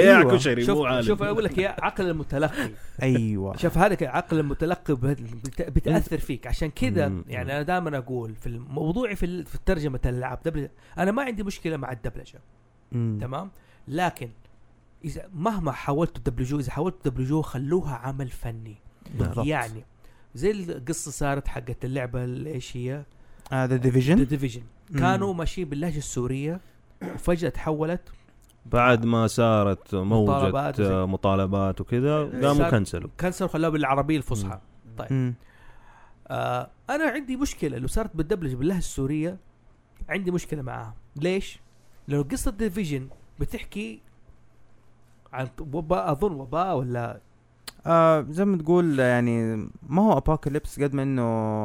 شوف اقول لك يا عقل المتلقي. ايوه شوف هذا عقل المتلقي بتاثر فيك. عشان كده يعني انا دائما اقول في موضوعي في ترجمه الالعاب دبلجه، انا ما عندي مشكله مع الدبلجه تمام، لكن اذا مهما حاولت تدبلجوه، اذا حاولت تدبلجوه خلوها عمل فني. يعني زي القصه صارت حقت اللعبه ايش هي ذا ديفيجن. كانوا ماشيين باللهجه السوريه وفجاه تحولت بعد ما صارت موجة مطالبات وكذا، قاموا كنسلوا خلوها بالعربيه الفصحى. طيب انا عندي مشكله لو صارت بالدبلجه باللهجه السوريه، عندي مشكله معاها. ليش؟ لو قصه ديفيجن بتحكي عن وباء ولا زي ما تقول يعني ما هو ابوكاليبس قد ما انه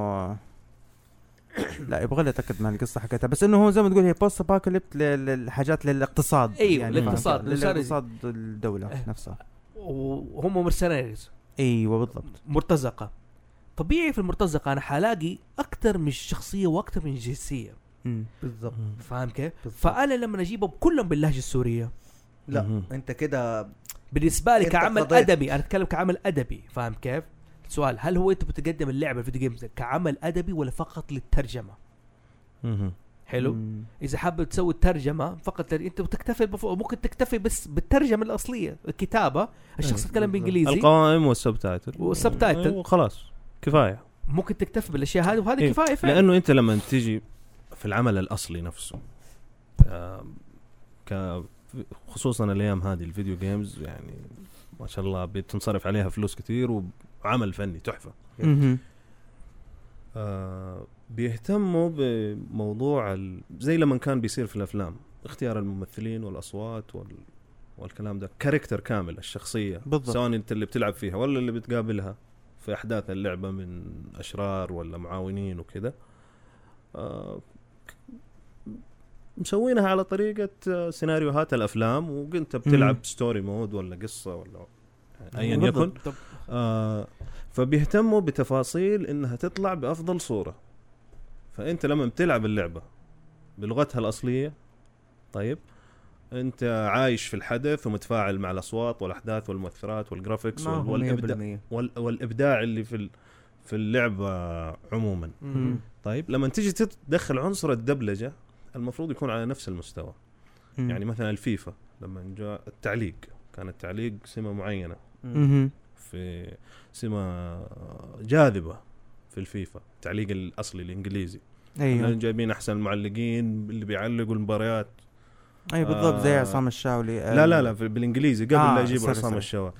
لا يبغى لي اتاكد من القصه حكتها، بس انه هو زي ما تقول هي بوست ابوكاليبس للحاجات للاقتصاد. أيوة يعني الاقتصاد الدوله نفسها، وهم مرسنيرز. ايوه بالضبط، مرتزقه. طبيعي في المرتزقه انا حلاقي اكتر من شخصيه واكتر من جنسيه. بالضبط. فاهم كيف؟ فانا لما اجيبهم كلهم باللهجه السوريه، لا انت كده بالنسبه لي كعمل ادبي، انا اتكلم كعمل ادبي. فاهم كيف؟ سؤال، هل هو انت بتقدم اللعبه الفيديو جيمز كعمل ادبي ولا فقط للترجمه؟ حلو. اذا حابب تسوي الترجمه فقط انت بتكتفي ممكن تكتفي بس بالترجمه الاصليه، الكتابه، الشخص يتكلم بانجليزي، القوائم والسبتايتل وخلاص كفايه. ممكن تكتفي بالاشياء هذه وهذه كفايه فعلا. لانه انت لما تيجي في العمل الاصلي نفسه خصوصا الايام هذه الفيديو جيمز يعني ما شاء الله بتنصرف عليها فلوس كتير وعمل فني تحفه. بيهتموا بموضوع زي لما كان بيصير في الافلام اختيار الممثلين والاصوات والكلام ده، كاركتر كامل، الشخصيه بالضبط. سواء انت اللي بتلعب فيها ولا اللي بتقابلها في احداث اللعبه من اشرار ولا معاونين وكذا، مسوينها على طريقه سيناريوهات الافلام، وانت بتلعب ستوري مود ولا قصه ولا ايا يكن. فبيهتموا بتفاصيل انها تطلع بافضل صوره. فانت لما بتلعب اللعبه بلغتها الاصليه، طيب انت عايش في الحدث ومتفاعل مع الاصوات والاحداث والمؤثرات والجرافيكس والابداع اللي في اللعبه عموما. طيب لما تيجي تدخل عنصر الدبلجه المفروض يكون على نفس المستوى. يعني مثلا الفيفا لما جاء التعليق، كان التعليق سمة معينه، في سمة جاذبه في الفيفا، التعليق الاصلي الانجليزي. ايوه جايبين احسن المعلقين اللي بيعلقوا المباريات. اي بالضبط زي عصام الشاولي. لا بالانجليزي قبل لا يجيبوا عصام الشاولي.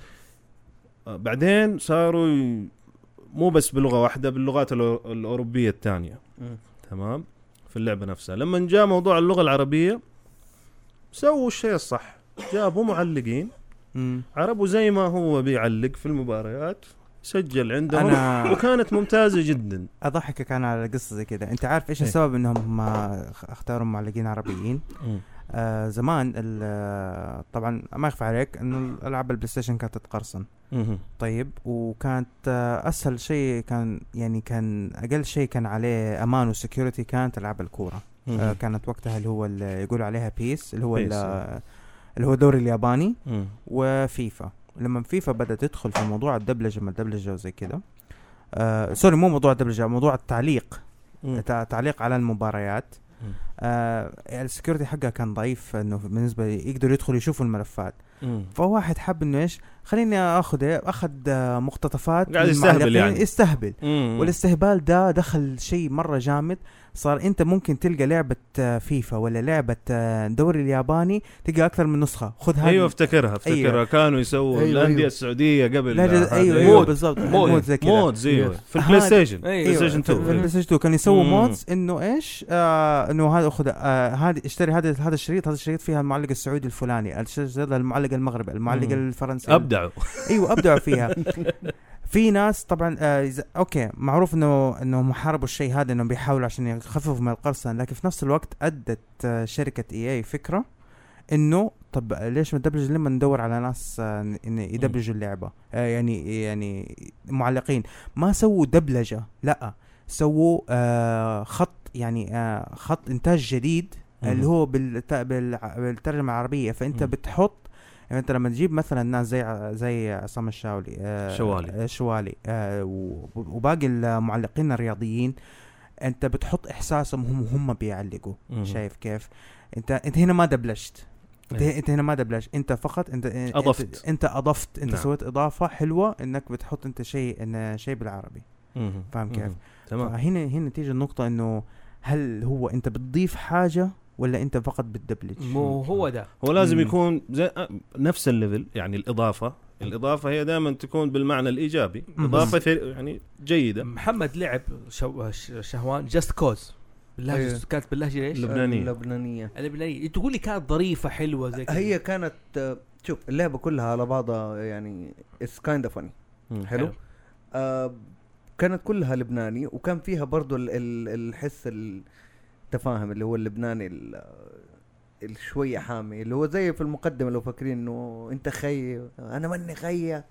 بعدين صاروا مو بس بلغه واحده، باللغات الاوروبيه الثانيه. تمام. في اللعبه نفسها لما جاء موضوع اللغه العربيه سووا الشيء الصح، جابوا معلقين عربوا زي ما هو بيعلق في المباريات، سجل عندهم وكانت ممتازة جدا. أضحكك أنا على قصة زي كده. أنت عارف إيش السبب إنهم ما اختاروا معلقين عربيين؟ زمان طبعا ما يخفى عليك إنه ألعاب البلاي ستيشن كانت تتقرصن. طيب وكانت أسهل شيء كان أقل شيء كان عليه أمان وسكيورتي كانت ألعاب الكورة. كانت وقتها اللي هو اللي يقولوا عليها بيس اللي هو الدوري الياباني وفيفا. لما فيفا بدأت تدخل في موضوع الدبلجة وزي كده، سوري مو موضوع الدبلجة، موضوع التعليق، تعليق على المباريات. السكيورتي حقها كان ضعيف انه بالنسبة يقدروا يدخلوا يشوفوا الملفات. فواحد حب انه ايش، خليني اخذ مقتطفات قاعد يستهبل يستهبل. والاستهبال ده دخل شيء مرة جامد. صار انت ممكن تلقى لعبة فيفا ولا لعبة الدوري الياباني تلقى اكثر من نسخة. خذ هذه. ايوه افتكرها أيوة. كانوا يسووا الانديه السعوديه قبل. ايوه بالضبط مود زي كده. مود زي في البلاي ستيشن. بلاي ستيشن 2 في البلاي ستيشن 2 كانوا يسووا مودز انه ايش انه هذا خذ هذه اشتري هذا الشريط فيها المعلق السعودي الفلاني، المعلق المغربي، المعلق الفرنسي. ابدعوا. ايوه ابدعوا فيها. في ناس طبعا اوكي معروف انه حاربوا الشيء هذا، انهم بيحاولوا عشان يخففوا من القرصنة، لكن في نفس الوقت ادت شركة EA فكرة انه طب ليش ما ندبلج لما ندور على ناس ان يدبلجوا اللعبة. يعني معلقين ما سووا دبلجة، لا سووا خط، خط انتاج جديد اللي هو بالترجمة العربية. فانت بتحط انت لما تجيب مثلا ناس زي عصام الشاولي شوالي وباقي المعلقين الرياضيين، انت بتحط احساسهم هم بيعلقوا. شايف كيف؟ انت هنا ما دبلجت. انت هنا ما دبلجت، انت فقط انت اضفت. انت سويت اضافه حلوه انك بتحط انت شيء بالعربي. فاهم كيف؟ تمام. هنا تيجي النقطه انه هل هو انت بتضيف حاجه ولا انت فقط بتدبلج؟ مو هو ده، هو لازم يكون زي نفس الليفل. يعني الإضافة هي دائما تكون بالمعنى الإيجابي. إضافة يعني جيدة. محمد لعب شهوان جاست كوز باللهجة كانت باللهجة ايش؟ اللبنانية. تقول لي كانت ظريفة حلوة زي كده. هي كانت شوف اللعبة كلها على بعضها يعني it's kind of funny. حلو. كانت كلها لبناني، وكان فيها برضو الحس التفاهم اللي هو اللبناني الشوية حامي، اللي هو زي في المقدمة لو فاكرين انه انت خي انا مني خيّة.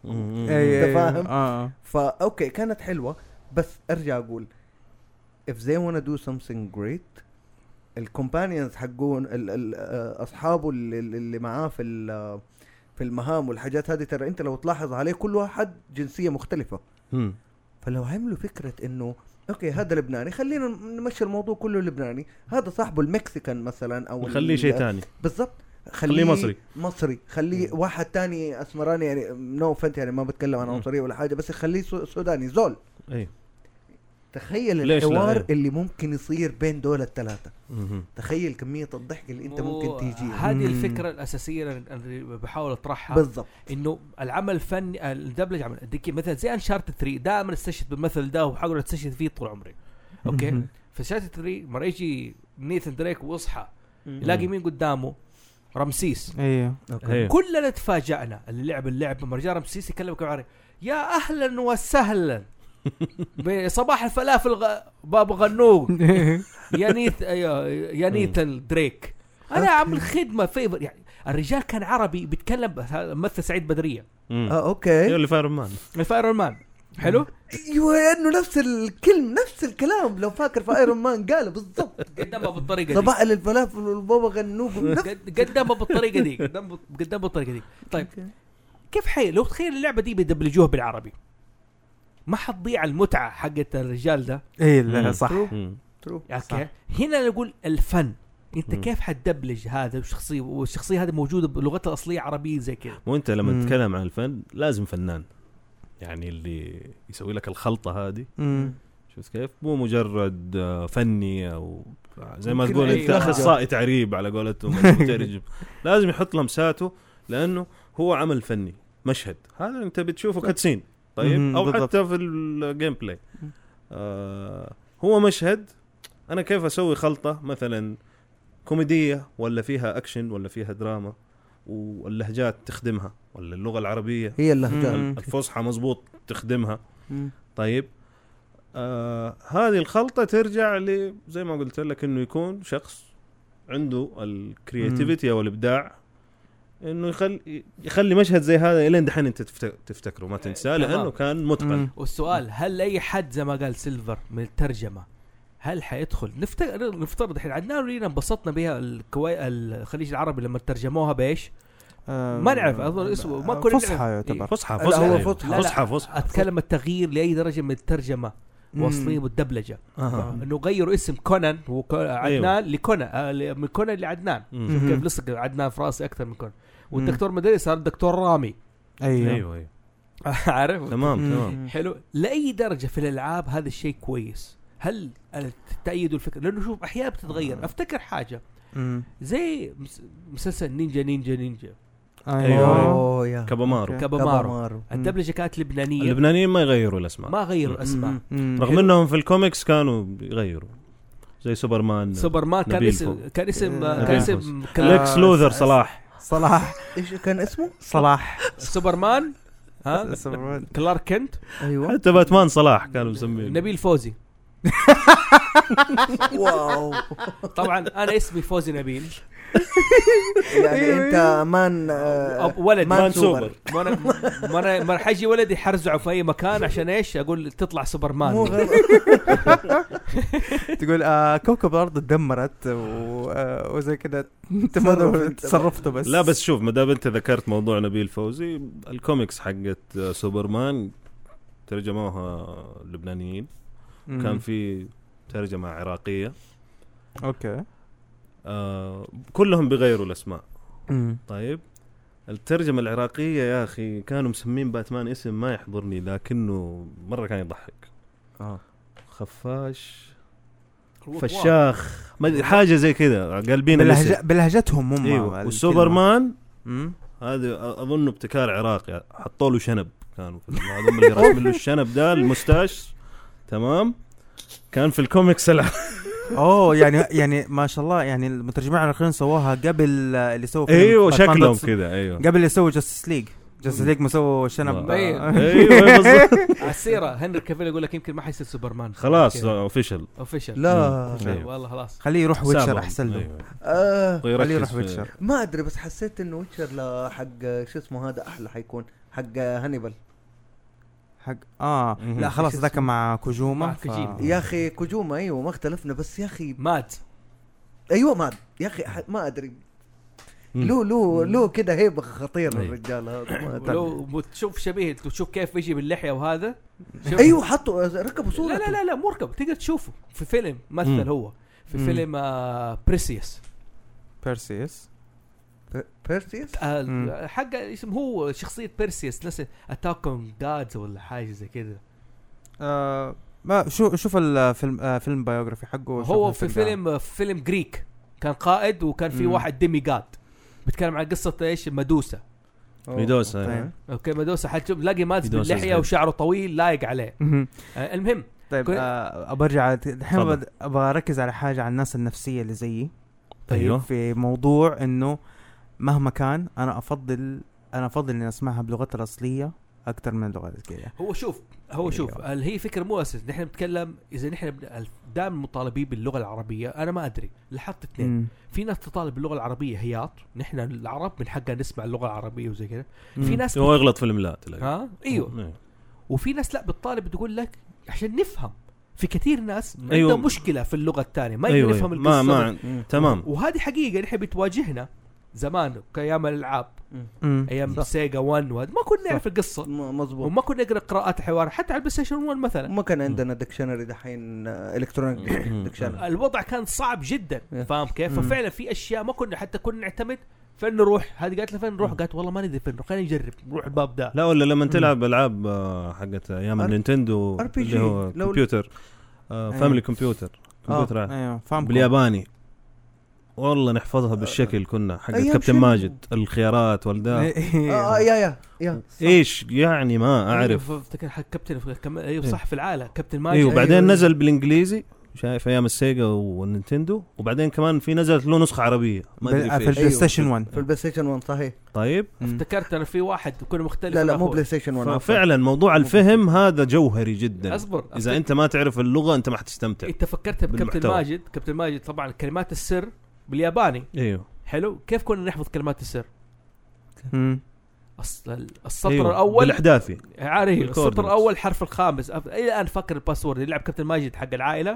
تفاهم. فاوكي كانت حلوة، بس ارجع اقول if they want to do something great الكومبانيونز حقون اصحابه اللي معاه في المهام والحاجات هذه، ترى انت لو تلاحظ عليه كل واحد جنسية مختلفة. فلو عملوا فكره انه اوكي هذا لبناني، خلينا نمشي الموضوع كله لبناني، هذا صاحبه المكسيكان مثلا او خليه شيء ثاني بالضبط، خليه مصري خليه واحد تاني اسمراني، يعني نو فنت يعني ما بتكلم عن عنصريه ولا حاجه، بس خليه سوداني زول. اي تخيل الحوار اللي ممكن يصير بين دول الثلاثه. تخيل كميه الضحك اللي انت ممكن تيجي. هذه الفكره الاساسيه اللي بحاول اطرحها بالضبط، انه العمل الفني الدبلج عمل مثلا زي انشارتد 3 دائما استشهد بالمثل ده وحاول استشهد فيه طول عمري. اوكي في انشارتد 3 مره يجي نيثن دريك واصحى يلاقي مين قدامه؟ رمسيس. ايوه كلنا تفاجأنا اللي لعب اللعبه مرجع رمسيس يكلم كعري يا اهلا وسهلا بصباح الفلافل بابا غنوج يا نيثن دريك انا عامل خدمه فيفر. يعني الرجال كان عربي بيتكلم مثل سعيد بدريه. اوكي اللي فايرون مان حلو. ايوه انه نفس الكلمه نفس الكلام، لو فاكر في ايرون مان قاله بالضبط قدامها بالطريقه دي، صباح الفلافل والبابا غنوج قدامها بالطريقه دي قدامها بالطريقه دي. طيب كيف لو تخيل اللعبه دي بيدبلجوها بالعربي ما حتضيع المتعه حقت الرجال ده. ايه لا صح ترو. اوكي هنا نقول الفن انت كيف حتدبلج هذا والشخصيه هذه موجوده بلغتها الاصليه عربيه زي كذا. وانت لما تتكلم عن الفن لازم فنان، يعني اللي يسوي لك الخلطه هذه. شوف كيف مو مجرد فني او زي ما تقول انت اخصائي تعريب على قولتهم مترجم. لازم يحط لمساته لانه هو عمل فني. مشهد هذا انت بتشوفه كاتسين طيب او بالضبط. حتى في الجيم بلاي هو مشهد انا كيف اسوي خلطه مثلا كوميديه ولا فيها اكشن ولا فيها دراما واللهجات تخدمها ولا اللغه العربيه هي اللهجات الفصحى مزبوط تخدمها. طيب هذه الخلطه ترجع زي ما قلت لك انه يكون شخص عنده الكرياتيفيتي او الابداع انه يخلي مشهد زي هذا الين دحين انت تفتكره ما تنساه لانه كان متقن. والسؤال هل اي حد زي ما قال سيلفر من الترجمه هل حيدخل نفترض الحين عدنان ولينا انبسطنا بها الخليج العربي لما ترجموها بايش ما نعرف اظن اسمه ما كل فصحى يعتبر فصحى اتكلم التغيير لاي درجه من الترجمه واصلين بالدبلجه انه غيروا اسم كونان وعدنان لكونان من كونان لعدنان. شوف كيف لصق عدنان في راسي اكثر من كونان. والدكتور مدري صار الدكتور رامي. ايوه عارف تمام حلو. لاي درجه في الالعاب هذا الشيء كويس. هل تأيدوا الفكره؟ لانه شوف احيانا بتتغير. افتكر حاجه زي مسلسل نينجا ايوه يا كابامارو الدبلجه كانت لبنانيه. اللبنانيين ما يغيروا الاسماء رغم انهم في الكوميكس كانوا يغيروا زي سوبرمان كان اسم ليكس لوثر صلاح ايش كان اسمه صلاح سوبرمان كلارك كنت. ايوه حتى باتمان صلاح كانوا مسميه نبيل فوزي. واو طبعا انا اسمي فوزي نبيل يعني انت ولد مان سوبر. ما حيجي ولدي حرزعه في اي مكان عشان ايش اقول تطلع سوبرمان. تقول كوكب الارض اتدمرت وزي كده انت ما تصرفته بس. لا بس شوف ما دام انت ذكرت موضوع نبيل فوزي الكوميكس حقت سوبرمان ترجموها اللبنانيين كان في ترجمة عراقية. اوكي كلهم بيغيروا الاسماء. طيب الترجمة العراقية يا اخي كانوا مسمين باتمان اسم ما يحضرني لكنه مرة كان يضحك. خفاش فشاخ حاجة زي كذا قلبين بلهجتهم هم. ايوه والسوبرمان هذا اظن ابتكار عراقي حطوا له شنب كانوا هذول اللي رسم له الشنب ده المستاش تمام كان في الكوميكس يعني ما شاء الله يعني المترجمين العراقيين سووها قبل اللي سووا ايوه شكلهم كذا ايوه قبل اللي سووا جاستس ليج ما سووا شنب. ايوه بالضبط. السيره هنري كافيل يقول لك يمكن ما حيصير سوبرمان خلاص اوفيشال لا والله خلاص خليه يروح ويتشر احسن له. خليه يروح ويتشر. ما ادري بس حسيت انه ويتشر حق شو اسمه هذا احلى حيكون حق هانيبال حق لا خلاص ذاك مع كوجوما يا اخي كوجوما ايوه ما اختلفنا بس يا اخي مات ايوه مات يا اخي ما ادري له كده هيبه خطيره أيوه. الرجال هذا. لو تشوف شبيه، تشوف كيف بيجي باللحيه وهذا. ايوه حطوا ركبوا صورته. لا مو ركب، تقدر تشوفه في فيلم مثل هو في فيلم بريسيوس. بيرسيوس بيرسيوس حق اسم هو شخصيه بيرسيوس، ناس اتاكم جادز ولا حاجه زي كده. ما شوف الفيلم فيلم بايوغرافي حقه. هو في فيلم جريك، كان قائد وكان في واحد ديمي جاد، بيتكلم عن قصه ايش ميدوسا. ميدوسا اوكي ميدوسا حتلاقي ماز باللحيه وشعره طويل لايق عليه. المهم طيب برجع الحين ابغى اركز على حاجه عن الناس النفسيه اللي زيي. طيب أيوه. في موضوع انه مهما كان انا افضل اني اسمعها بلغتها الاصليه اكثر من اللغه الذكيه. هو شوف هي فكره مو اساس. نحن بنتكلم اذا نحن دائما مطالبين باللغه العربيه. انا ما ادري لحط اثنين. في ناس تطالب باللغه العربيه هياط، نحن العرب من حقنا نسمع اللغه العربيه وزي كذا. في ناس هو يغلط في الاملاء ايوه. وفي ناس لا بتطالب تقول لك عشان نفهم. في كثير ناس أيوة. عندهم مشكله في اللغه الثانيه ما أيوة. يفهم القصه ما تمام. وهذه حقيقه نحن بتواجهنا زمان كايام الالعاب ايام سيجا 1 ما كنا نعرف القصه مظبوط، وما كنا نقرا قراءات الحوار حتى على البلاي ستيشن 1 مثلا. ما كان عندنا ديكشنري دحين الكترونيك ديكشنري. الوضع كان صعب جدا فاهم كيف. ففعلا في اشياء ما كنا حتى كنا نعتمد فين نروح. هذه قالت لنا فين نروح، قالت والله ما ندري فين نروح، خلينا نجرب نروح الباب ده. لا ولا لما تلعب العاب حقت ايام النينتندو اللي هو كمبيوتر فاميلي كمبيوتر ايوه فاهم بالياباني والله نحفظها بالشكل كنا حق كابتن ماجد الخيارات والدا يا ايش يعني ما اعرف. افتكر حق كابتن ايوه صح في العالم كابتن ماجد. ايوه بعدين نزل بالانجليزي شايف ايام السيجا والنينتندو، وبعدين كمان في نزلت له نسخه عربيه ما ادري في البلاي ستيشن 1. في البلاي ستيشن 1 صحيح. طيب افتكرت انا في واحد كنا مختلف. لا مو بلاي ستيشن 1. فعلا موضوع الفهم هذا جوهري جدا. اصبر اذا انت ما تعرف اللغه انت ما حتستمتع. انت فكرت بكابتن ماجد طبعا كلمات السر بالياباني. ايوه حلو. كيف كنا نحفظ كلمات السر؟ السطر أيوه. الاول بالاحداثي عارف السطر الاول حرف الخامس الى الان فكر الباسورد اللي يلعب كابتن ماجد حق العائله.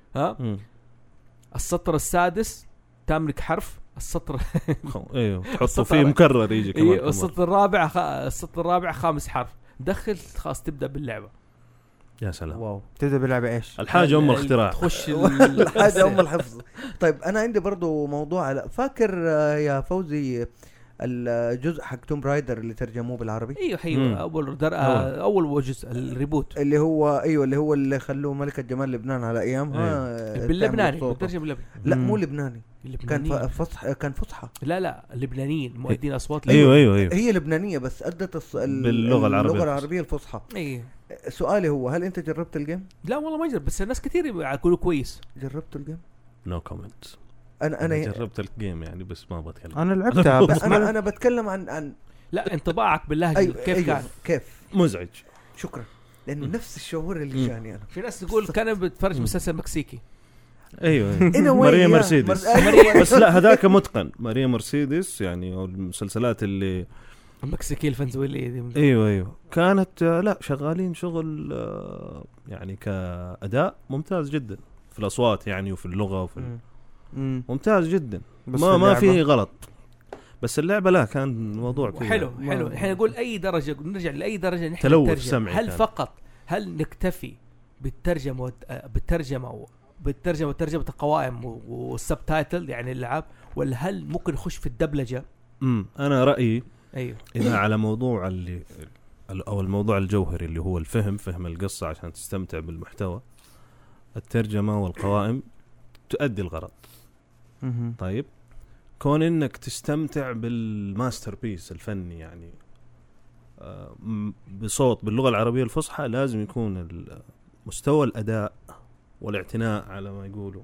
السطر السادس تملك حرف السطر ايوه تحطه فيه مكرر يجي كمان. ايوه السطر الرابع خامس حرف دخل خلاص تبدا باللعبه. يا سلام. واو. تبدا باللعبه ايش؟ الحاجه ام الاختراع. تخش الحاجه ام الحفظ. طيب انا عندي برضو موضوع فاكر يا فوزي الجزء حق توم رايدر اللي ترجموه بالعربي. ايوه اول جزء الريبوت اللي هو اللي خلوه ملكة جمال لبنان على ايامها. باللبناني بترجم باللبناني. لا مو لبناني كان فصحى. لا اللبنانيين مؤدين اصوات. ايوه هي لبنانيه بس ادت باللغه العربيه الفصحى. سؤالي هو هل انت جربت الجيم؟ لا والله ما جربت بس الناس كثير يقولوا كويس. جربت الجيم؟ نو كومنت. انا جربت الجيم يعني بس ما بتكلم. انا لعبتها بس انا بتكلم عن لا انطباعك باللهجه كان كيف مزعج. شكرا لانه نفس الشعور اللي جاني انا. في ناس تقول كان بتفرج مسلسل مكسيكي. ايوه ماريا مرسيدس بس لا هذاك متقن. ماريا مرسيدس يعني المسلسلات اللي المكسيكي الفنزويلي دي. ايوه كانت لا شغالين شغل يعني كأداء ممتاز جدا في الأصوات يعني وفي اللغة وفي ممتاز جدا. ما في غلط بس اللعبة لا كان موضوع حلو. احنا نقول اي درجة نرجع لأي درجة نحن تلوث سمعي. هل فقط نكتفي بالترجمة وترجمة القوائم والسبتايتل يعني اللعب، ولا هل ممكن نخش في الدبلجة؟ أنا رأيي أيوه إذا على موضوع أو الموضوع الجوهري اللي هو فهم القصة عشان تستمتع بالمحتوى، الترجمة والقوائم تؤدي الغرض. طيب كون إنك تستمتع بالماستر بيس الفني يعني بصوت باللغة العربية الفصحى لازم يكون مستوى الأداء والاعتناء على ما يقولوا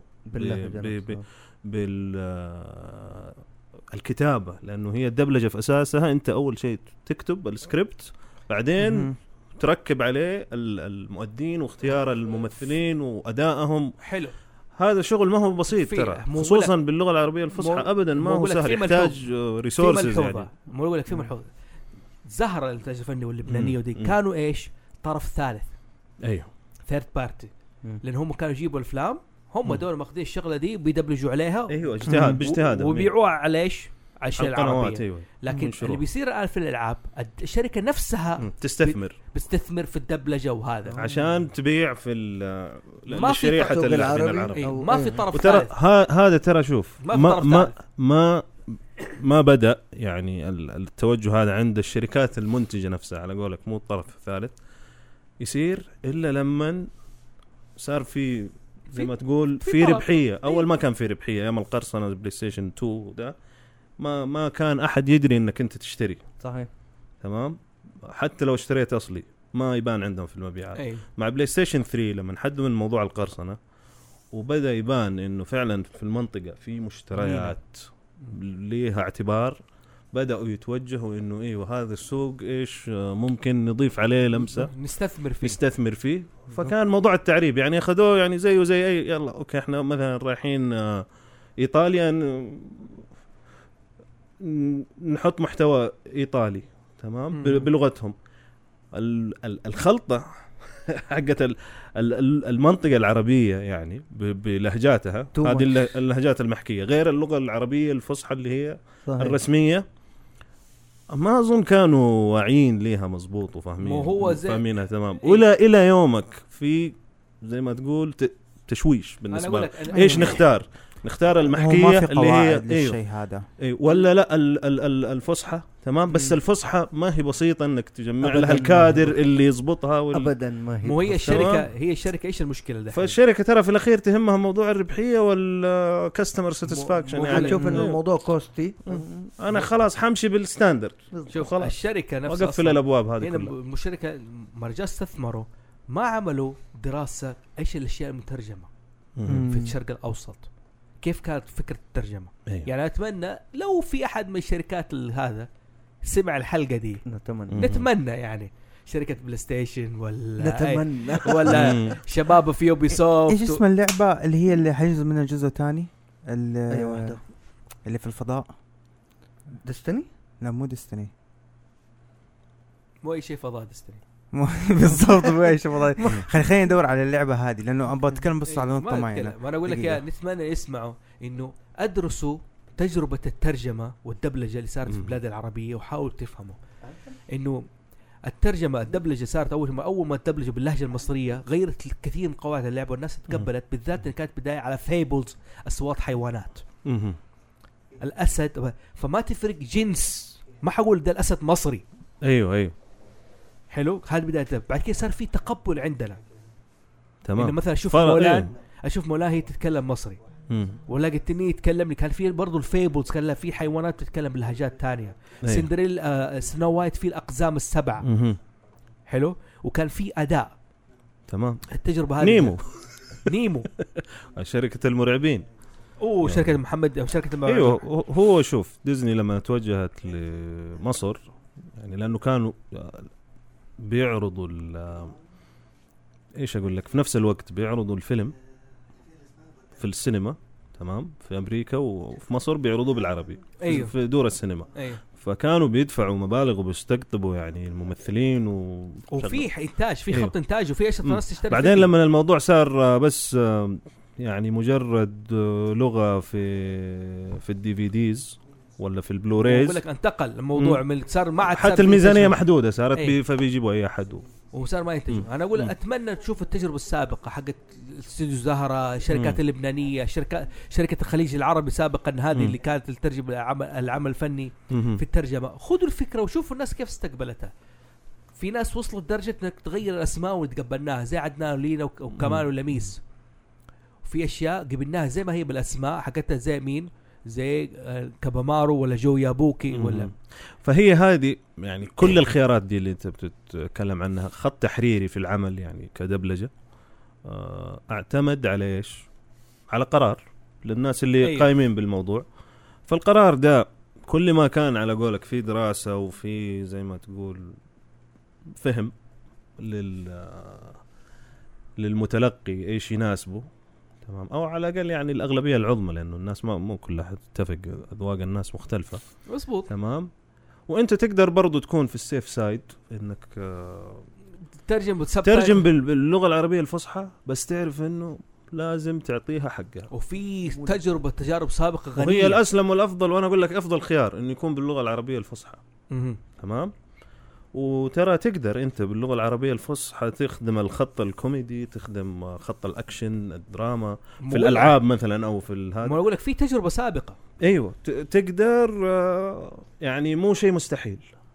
بالكتابة، لأنه هي الدبلجة في أساسها أنت أول شيء تكتب السكريبت بعدين تركب عليه المؤدين واختيار الممثلين وأدائهم. حلو. هذا شغل ما هو بسيط ترى خصوصا باللغة العربية الفصحى أبدا ما هو سهل، يحتاج ريسورسز يعني. مو لك في ملحوظة زهرة الإنتاج الفني واللبنانية ودي كانوا إيش طرف ثالث. أيوه ثيرد بارتي لأن هم كانوا يجيبوا الأفلام هم دول ماخذين الشغلة دي بيدبلجوا عليها. أيوه اجتهاد باجتهاد وبيعوها على إيش عشان القنوات. العربية. أيوة. لكن منشروها. اللي بيصير الآن في الألعاب الشركة نفسها بتستثمر في الدبلجة وهذا عشان تبيع في ما في شريحة طرف اللاعبين العربي. العرب. ما في طرف وترى ثالث. هذا ترى شوف ما ما بدأ يعني التوجه هذا عند الشركات المنتجة نفسها على قولك مو الطرف الثالث يصير إلا لما صار في زي ما تقول في ربحية. أول ما كان في ربحية يوم القرصنة بلاي ستيشن 2 ده ما كان أحد يدري إنك أنت تشتري. صحيح. تمام. حتى لو اشتريت أصلي ما يبان عندهم في المبيعات. مع بلاي ستيشن 3 لما حدوا من موضوع القرصنة وبدأ يبان إنه فعلا في المنطقة في مشتريات ليها اعتبار بدأوا يتوجهوا إنه إيه هذا السوق إيش ممكن نضيف عليه لمسة نستثمر فيه. فكان موضوع التعريب يعني أخذوه يعني زيه زي أي يلا أوكي إحنا مثلا رايحين إيطاليا نحط محتوى إيطالي تمام بلغتهم. الخلطة حقت المنطقة العربية يعني بلهجاتها هذه اللهجات المحكية غير اللغة العربية الفصحى اللي هي صحيح. الرسمية ما أظن كانوا واعيين ليها مزبوط وفاهمينها تمام. ولا إلى يومك في زي ما تقول تشويش بالنسبة إيش نختار المحكية اللي هي الشيء هذا ولا لا الفصحى تمام. بس الفصحى ما هي بسيطة انك تجمع لها الكادر اللي يضبطها ابدا ما هي. مو هي الشركة ايش المشكلة ده؟ فالشركة ترى في الاخير تهمها موضوع الربحية والكاستمر ساتسفاكشن. يعني تشوف انه الموضوع كوستي انا خلاص حمشي بالستاندرد. شوف الشركة نفسها وقفل الابواب هذه كلها. الشركة مرجع استثمروا ما عملوا دراسة ايش الاشياء المترجمة في الشرق الاوسط. كيف كانت فكرة الترجمة؟ يعني أتمنى لو في أحد من الشركات هذا سمع الحلقة دي نتمنى يعني شركة بلاي ستيشن ولا شباب في يوبي سوفت. إيش اسم اللعبة اللي حينزل منها جزء تاني اللي في الفضاء؟ ديستني؟ لا مو ديستني. مو أي شيء فضاء ديستني. بالضبط مو أي شيء فضاء. خلينا ندور على اللعبة هذه لأنه أبغى أتكلم بس على نقطة معينة. ما أنا أقول لك يا نتمنى يسمعوا إنه أدرسوا تجربة الترجمة والدبلجة اللي صارت في البلاد العربية وحاولوا تفهموا إنه الدبلجة صارت أول ما الدبلجة باللهجة المصرية غيرت الكثير من قواعد اللعبة والناس تقبلت بالذات إن كانت بداية على فيبلز أصوات حيوانات الأسد. فما تفرق جنس ما حقول ده الأسد مصري. أيوه حلو. هذه بداية. بعد كده صار في تقبل عندنا تمام. إنه مثلا أشوف مولاه تتكلم مصري ولا قلتني يتكلم لي. كان في برضو الفيبلز كان في حيوانات تتكلم بلهجات تانية. سندريل سنو وايت في الأقزام السبعة حلو. وكان في أداء تمام. التجربة هذه نيمو شركة المرعبين شركة محمد أو شركة المرعبين. أيوه هو شوف ديزني لما توجهت لمصر يعني لأنه كانوا بيعرضوا ايش اقول لك في نفس الوقت بيعرضوا الفيلم في السينما تمام في امريكا وفي مصر بيعرضوه بالعربي. أيوه. في دور السينما. أيوه. فكانوا بيدفعوا مبالغ وبيستقطبوا يعني الممثلين وفي انتاج في خط انتاج وفي ايش الناس تشتري. بعدين لما الموضوع صار بس يعني مجرد لغة في الدي في ديز ولا في البلوريز بقول لك انتقل الموضوع من صار ما عاد حتى الميزانية محدودة صارت فبيجيبوا اي احد وصار ما ينتج. انا اقول اتمنى تشوف التجربه السابقه حقت استوديو زهره الشركات اللبنانيه شركه الخليج العربي سابقا هذه اللي كانت تترجم العمل الفني في الترجمه. خذوا الفكره وشوفوا الناس كيف استقبلتها. في ناس وصلت درجه انك تغير الاسماء وتقبلناها زي عدنان ولينا وكمال ولميس. وفي اشياء قبلناها زي ما هي بالاسماء حقتها زي مين زي كابامارو ولا جو يابوكي ولا. فهي هذه يعني كل الخيارات دي اللي انت بتتكلم عنها خط تحريري في العمل يعني كدبلجة اعتمد على ايش؟ على قرار للناس اللي قايمين بالموضوع. فالقرار ده كل ما كان على قولك في دراسة وفي زي ما تقول فهم للمتلقي ايش يناسبه تمام او على الاقل يعني الاغلبيه العظمى لانه الناس مو كلها تتفق اذواق الناس مختلفه مظبوط تمام. وانت تقدر برضو تكون في السيف سايد انك ترجم باللغه باللغه العربيه الفصحى بس تعرف انه لازم تعطيها حقها. وفي تجارب سابقه غنيه وهي الأسلم والأفضل، وأنا أقول لك أفضل خيار إنه يكون باللغة العربية الفصحى. تمام. وترى تقدر أنت باللغة العربية الفصحى تخدم الخط الكوميدي، تخدم خط الأكشن، الدراما، في الألعاب مثلا أو في هذا. ما أقول لك في تجربة سابقة. أيوة تقدر، يعني مو شيء مستحيل،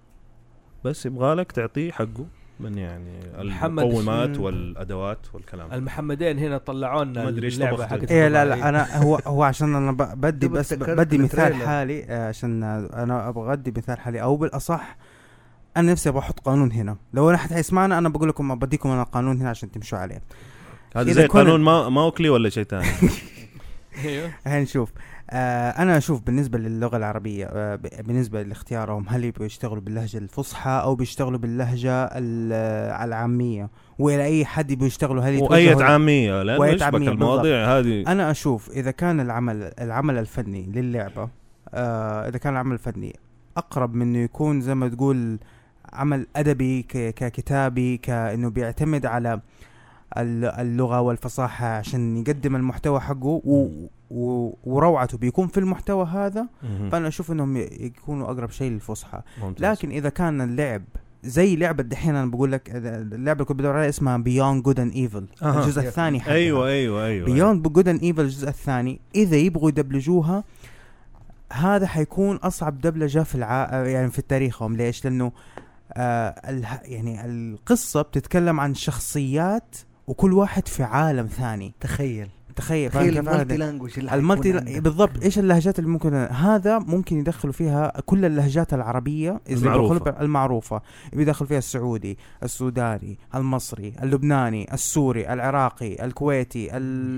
بس يبغالك تعطيه حقه من يعني المقومات والأدوات والكلام. المحمدين هنا طلعونا اللعبة حقت. إيه لا أنا هو عشان أنا بدي مثال حالي، عشان أنا أبغى أدي مثال حالي، أو بالأصح أنا نفسي أبغى أحط قانون هنا. لو أنا حد هيسمعنا أنا بقول لكم بديكم أنا قانون هنا عشان تمشوا عليه. هذا زي قانون ما أكلي ولا شيء ثاني. هنشوف. أنا أشوف بالنسبة للغة العربية، بالنسبة لاختيارهم هل بيشتغلوا باللهجة الفصحى أو بيشتغلوا باللهجة العامية، وإلى أي حد بيشتغلوا هل وأية عامية، لأنه يشبك المواضيع هذه. أنا أشوف إذا كان العمل الفني للعبة، إذا كان العمل الفني أقرب من إنه يكون زي ما تقول عمل أدبي ككتابي، كأنه بيعتمد على اللغة والفصاحة عشان يقدم المحتوى حقه وروعته بيكون في المحتوى هذا، فأنا أشوف إنهم يكونوا أقرب شيء للفصحى. لكن إذا كان اللعب زي لعبة دحين، أنا بقول لك اللعبة اللي كنت بدور عليها اسمها Beyond Good and Evil الجزء الثاني حقها. أيوة Beyond Good and Evil الجزء الثاني، إذا يبغوا يدبلجوها هذا حيكون أصعب دبلجة يعني في تاريخهم. ليش؟ لأنه يعني القصة بتتكلم عن شخصيات وكل واحد في عالم ثاني. تخيل المالتي بالضبط. ايش اللهجات اللي ممكن هذا ممكن يدخلوا فيها كل اللهجات العربية المعروفة، يدخل فيها السعودي، السوداني، المصري، اللبناني، السوري، العراقي، الكويتي،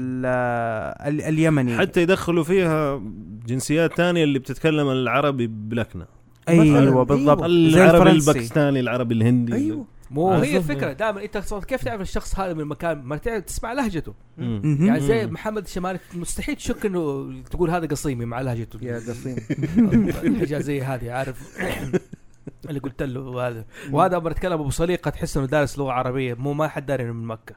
اليمني، حتى يدخلوا فيها جنسيات تانية اللي بتتكلم العربي بلكنة. ايوه بالضبط، العربي الباكستاني، العربي الهندي. أيوه. مو هي الفكرة دائما انت كيف تعرف الشخص هذا من مكان ما تعرف تسمع لهجته. يعني زي محمد الشمالي مستحيل تشك انه تقول هذا قصيمي مع لهجته يا قصيم اللهجة زي هذه، عارف اللي قلت له. وهذا أمر أتكلم أبو صليقة تحس إنه دارس لغة عربية، مو ما حد داري من مكة.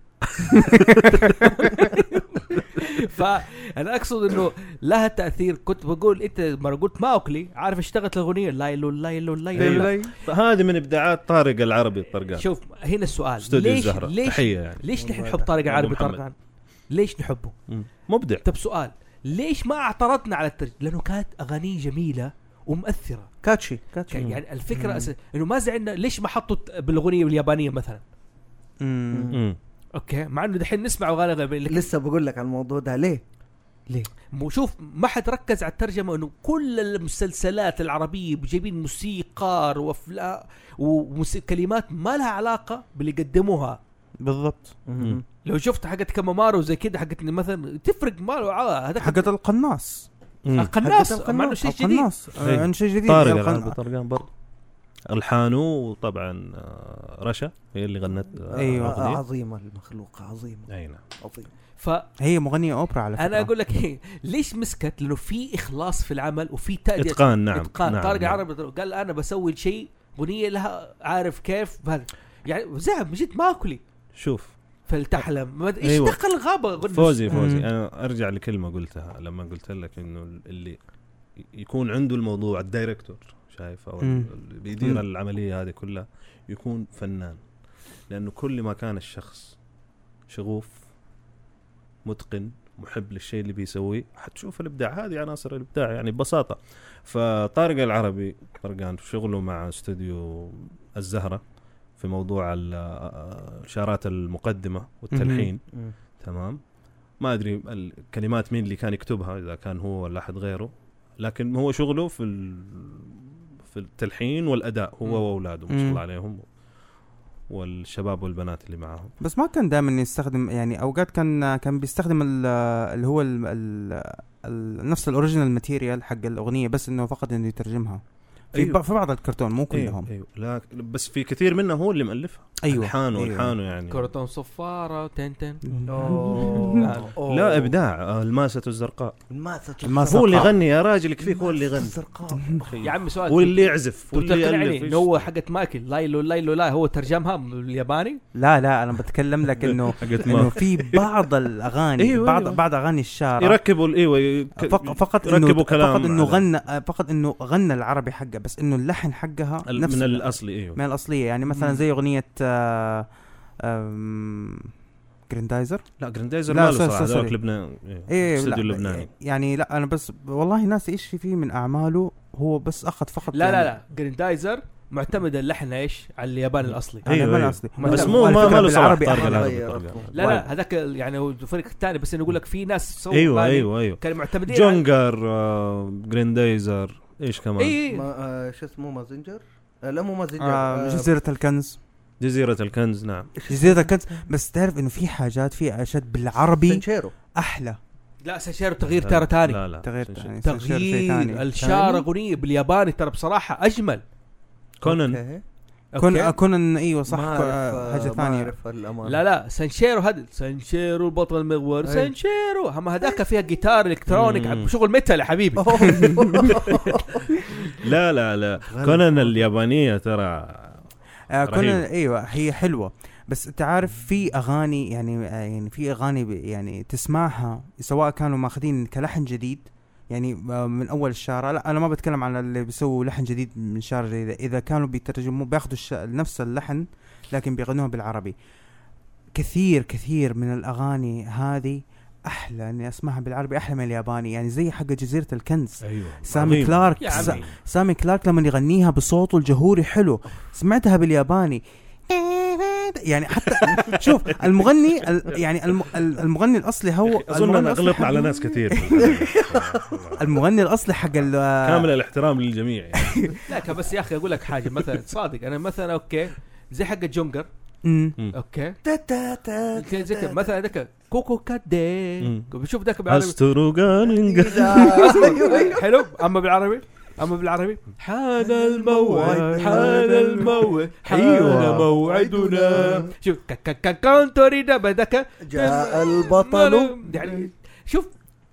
فأنا أقصد إنه لها تأثير. كنت بقول أنت مرة قلت ما أكلي عارف اشتغلت الأغنية لايلو لايلو لايلو. هذه من إبداعات طارق العربي الطرقان. شوف هنا السؤال، ليش نحن نحب طارق العربي الطرقان؟ ليش نحبه؟ مبدع. طب سؤال، ليش ما اعترضنا على لأنه كانت أغاني جميلة ومؤثرة، كاتشي. يعني الفكرة إنه ما زعلنا ليش ما حطوا بالأغنية باليابانية مثلا. اوكي، مع انه دحين نسمع اغاني غربيه. لسه بقول لك على الموضوع ده. ليه شوف ما حد ركز على الترجمه، انه كل المسلسلات العربيه جايبين موسيقار وافلام وكلمات ما لها علاقه باللي قدموها بالضبط. لو شفت حقت كمامارو زي كده حقت مثلا تفرق ماله هذا حقت القناص مع انه شيء جديد. طارق الطرقان برضه الحانو، وطبعا رشا هي اللي غنت. ايوه عظيمه المخلوقه، عظيمه. اي نعم عظيمه. هي مغنيه اوبرا على فكره. انا اقول لك ليش مسكت، لانه في اخلاص في العمل وفي اتقان. نعم طارق العربي قال انا بسوي شيء اغنيه لها عارف كيف يعني ذهب مجد ماكلي. شوف فلتحلم ايش دخل غابه فوزي انا ارجع لكلمه قلتها لما قلت لك انه اللي يكون عنده الموضوع الدايركتور شايف او اللي بيدير العمليه هذه كلها يكون فنان، لانه كل ما كان الشخص شغوف متقن محب للشيء اللي بيسويه حتشوف الابداع. هذه عناصر الابداع يعني ببساطه. فطارق العربي طرقان في شغله مع استوديو الزهرة في موضوع الشارات المقدمة والتلحين. تمام. ما أدري الكلمات مين اللي كان يكتبها، إذا كان هو ولا أحد غيره، لكن هو شغله في التلحين والأداء هو وأولاده ما شاء الله عليهم والشباب والبنات اللي معهم. بس ما كان دائما يستخدم، يعني أوقات كان بيستخدم اللي هو نفس الأوريجينال ماتيريال حق الأغنية، بس إنه فقط إنه يترجمها في بعض الكرتون، مو كلهم. أيوه. لا بس في كثير منه هو اللي مؤلفها. ايوه الحانه يعني كرتون صفارة تنتن. لا ابداع. الماسة الزرقاء الماسة هو اللي يغني يا راجل يكفيك هو اللي يغني يا عمي سؤال واللي يعزف واللي يألف إنه هو حقت مايكل لايلو لا هو ترجمها بالياباني. لا انا بتكلم لك انه في بعض الاغاني أيوة بعض اغاني الشارع يركبوا فقط انه غنى العربي حقه، بس انه اللحن حقها من الاصلي. ايوه من الاصليه. يعني مثلا زي اغنيه جريندايزر. لا جريندايزر ما له صراحه ذاك لبنان. استوديو لبناني يعني. لا انا بس والله ناسي ايش فيه من اعماله. هو بس اخذ فقط لا جريندايزر معتمد اللحن ايش على اليابان الاصلي. ايوه بس مو ما له صراحه لا هذاك يعني هو الفريق الثاني. بس انه يقول لك في ناس سووا ايوه كانوا معتمدين جونجر جريندايزر ايش كمان شو اسمه مازنجر. لا مو مازنجر. جزيرة الكنز. جزيرة الكنز. نعم جزيرة الكنز. بس تعرف انه في حاجات في اشد بالعربي سانشيرو احلى. لا سانشيرو تغيير ترى ثاني. لا تغيير الشارع اغنيه بالياباني ترى بصراحه اجمل. كونن ايوه صح. حاجه ثانيه. لا سانشيرو هذا سانشيرو البطل المغور. سانشيرو هم هذاك فيها جيتار الكترونيك شغل ميتال يا حبيبي. لا كونن اليابانيه ترى كونن ايوه هي حلوه. بس انت عارف في اغاني يعني في اغاني يعني تسمعها سواء كانوا ماخذين كلحن جديد يعني من اول الشارع. لا انا ما بتكلم عن اللي بيسووا لحن جديد من شارع جديد. اذا كانوا بيترجموا بياخذوا نفس اللحن لكن بيغنوها بالعربي. كثير من الاغاني هذه احلى اني اسمعها بالعربي احلى من الياباني. يعني زي حق جزيرة الكنز. أيوة. سامي كلارك لما يغنيها بصوته الجهوري حلو. سمعتها بالياباني يعني حتى شوف المغني يعني المغني الاصلي هو اظن غلطنا على ناس كثير. المغني الاصلي حق كامل الاحترام للجميع يعني. لا بس يا اخي اقول لك حاجه مثلا صادق انا مثلا اوكي زي حق جونجر اوكي زي مثلا ذاك كوكو كادي بشوف ذاك بالعربي حلو. اما بالعربي حان الموعد حان موعدنا. شوف كانتوريدا بدك جاء البطل. يعني شوف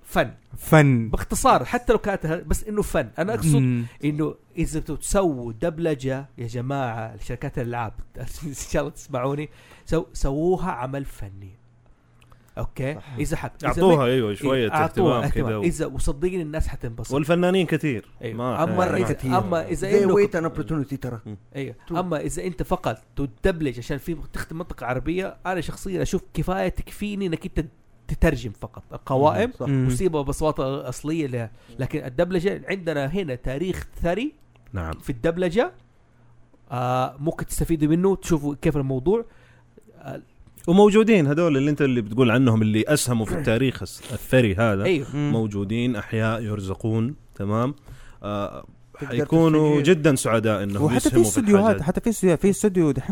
فن باختصار حتى لو كانت بس انه فن. انا اقصد انه اذا تسووا دبلجه يا جماعه لشركات الالعاب ان شاء الله تسمعوني سووها عمل فني اوكي صح. اذا اعطوها ايوه شويه اهتمام كذا اذا وصدقني الناس حتنبسط والفنانين كثير. أيوة. اما اذا انه ويت ان اوبورتونيتي ترى. ايوه اما اذا انت فقط تدبلج عشان في تخدم منطقه عربيه انا شخصيا اشوف كفايه تكفيني انك انت تترجم فقط القوائم وسيبها بصوتها اصليه لها. لكن الدبلجه عندنا هنا تاريخ ثري. نعم في الدبلجه ممكن تستفيدوا منه تشوفوا كيف الموضوع. وموجودين هذول اللي بتقول عنهم اللي أسهموا في التاريخ الثري هذا. أيوه. موجودين أحياء يرزقون تمام. حيكونوا جدا سعداء انهم وحتى في استديوهات حتى في استوديو دحين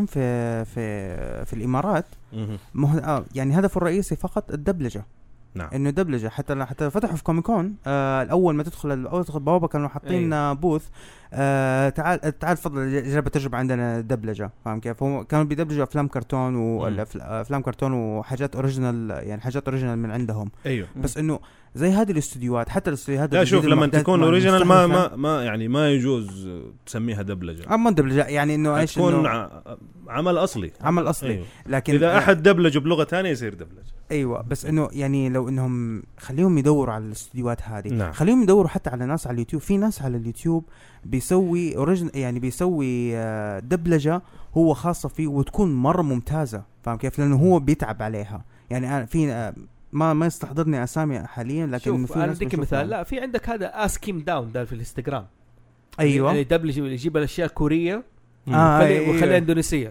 في الامارات يعني هدفه الرئيسي فقط الدبلجه. نعم. انه دبلجه حتى فتحوا في كوميكون الاول ما تدخل بوابه كانوا حاطين بوث تعال تفضل جرب تجربه عندنا دبلجه. فاهم كيف؟ هم كانوا بيدبلجوا افلام كرتون وافلام كرتون وحاجات اوريجينال يعني حاجات اوريجينال من عندهم. ايوه. بس انه زي هذه الاستديوهات حتى الاستديوهات لا شوف لما تكون اوريجينال ما يعني ما يجوز تسميها دبلجه. اما دبلجه يعني انه ايش تكون عمل اصلي. أيوه. لكن اذا احد دبلجه بلغه ثانيه يصير دبلجه. ايوه بس انه يعني لو انهم خليهم يدوروا على الاستديوهات هذه. نعم. خليهم يدوروا حتى على ناس على اليوتيوب. في ناس على اليوتيوب بيسوي يعني بيسوي دبلجه هو خاصه فيه وتكون مره ممتازه. فاهم كيف؟ لانه هو بيتعب عليها. يعني أنا في ما يستحضرني اسامي حاليا لكن انه في ناس مثال. لا في عندك هذا اسكيم داون ده في الانستغرام. ايوه اللي دبلج يجيب الاشياء كوريه وخليها اندونيسيه.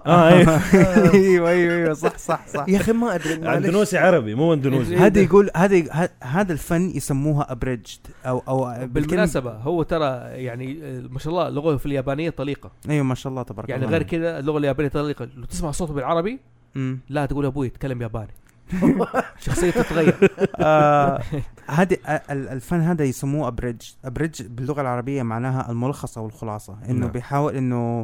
ايوه صح يا اخي ما ادري اندونيسي عربي مو اندونيسي. هذا يقول هذا الفن يسموها ابريجد او بالمناسبه هو ترى يعني ما شاء الله لغته في اليابانيه طليقه. ايوه ما شاء الله تبارك يعني الله. غير كذا اللغه اليابانيه طليقه. لو تسمع صوته بالعربي لا تقول ابوي يتكلم ياباني شخصيته تتغير. هذا الفن هذا يسموه ابريدج باللغه العربيه معناها الملخص او الخلاصه. انه بيحاول انه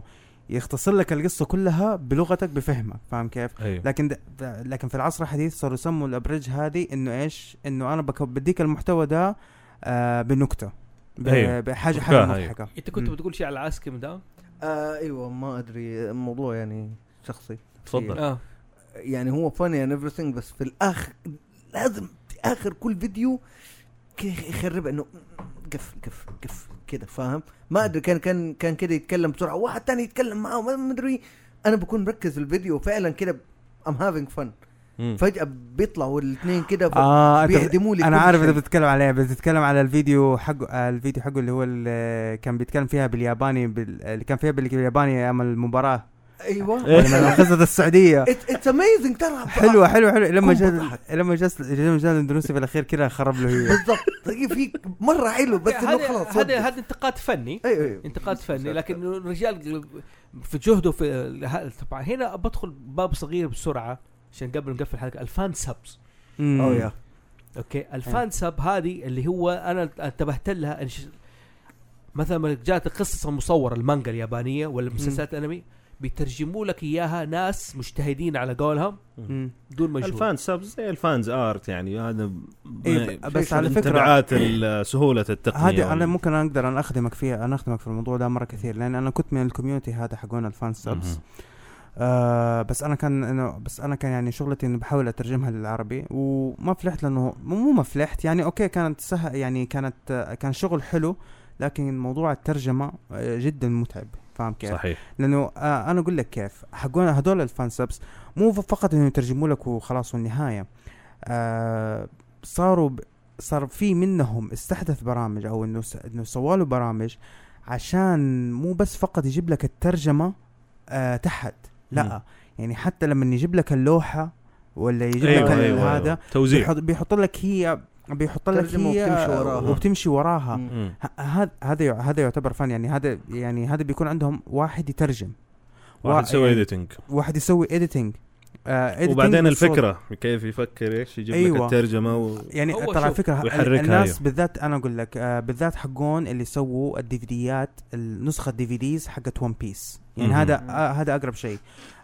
يختصر لك القصة كلها بلغتك بفهمك، فاهم كيف؟ أيوه. لكن في العصر الحديث صاروا يسموا الابريج هذه انه ايش، انه انا بديك المحتوى ده بنكتة أيوه. بحاجة أيوه. مضحكة. انت كنت بتقول شيء على العسكر ده؟ ايوه ما ادري، الموضوع يعني شخصي. تفضل. يعني هو فاني and everything، بس في الاخر لازم في اخر كل فيديو يخرب انه قف كده، فاهم؟ ما ادري كان كده يتكلم بسرعه، واحد تاني يتكلم معه ما ادري، انا بكون مركز في الفيديو فعلا كده I'm having fun. فجأة بيطلعوا الاثنين كده بيهدموا لي. انا عارف انت بتتكلم عليه، بتتكلم على الفيديو حقه اللي هو اللي كان بيتكلم فيها بالياباني اللي كان فيها بالياباني ايام المباراة. ايوه لما قصة السعودية it's amazing ترى. حلوة لما جاء الاندونيسي في الاخير كده خرب له هي بالضبط. تلاقي فيك مرة حلو، بس انه خلاص هذا انتقاد فني. أيوه. انتقاد فني، لكن الرجال في جهده في طبعا هنا بدخل باب صغير بسرعة عشان قبل نقفل الحلقة. الفان سبس يا اوكي، الفان سب هذه اللي هو انا انتبهت لها مثلا ما جات قصص مصورة المانجا اليابانية ولا مسلسلات الانمي بيترجموا لك اياها ناس مجتهدين على قولهم دون مجهود. الفان سبز زي الفانز ارت، يعني هذا بس على فكرة تبعات سهولة التقنية. هذه انا ممكن اقدر انا اخدمك فيها، انا اخدمك في الموضوع ده مرة كثير، لان انا كنت من الكوميونتي هذا حقون الفان سبز. بس انا كان يعني شغلتي اني بحاول اترجمها للعربي وما فلحت، لانه مو ما فلحت يعني اوكي كانت يعني كان شغل حلو، لكن موضوع الترجمة جدا متعب، فاهم كيف؟ صحيح. لانه انا اقول لك كيف حقون هذول الفان سبس مو فقط انه يترجموا لك وخلاص والنهاية. صار في منهم استحدث برامج او انه سوالوا برامج عشان مو بس فقط يجيب لك الترجمة تحت، لا يعني حتى لما يجيب لك اللوحة ولا يجيب لك هذا توزيع بيحط لك هي وبتمشي وراها. هذا يعتبر فن، يعني هذا بيكون عندهم واحد يترجم، واحد يسوي إيديتنج، واحد يسوي إيديتنج وبعدين الفكرة كيف يفكر ايش يجيب لك الترجمة يعني ترى فكرة الناس بالذات انا اقول لك بالذات حقون اللي سووا الديفيديات، النسخة الديفيديز حقت ون بيس، يعني هذا اقرب شيء.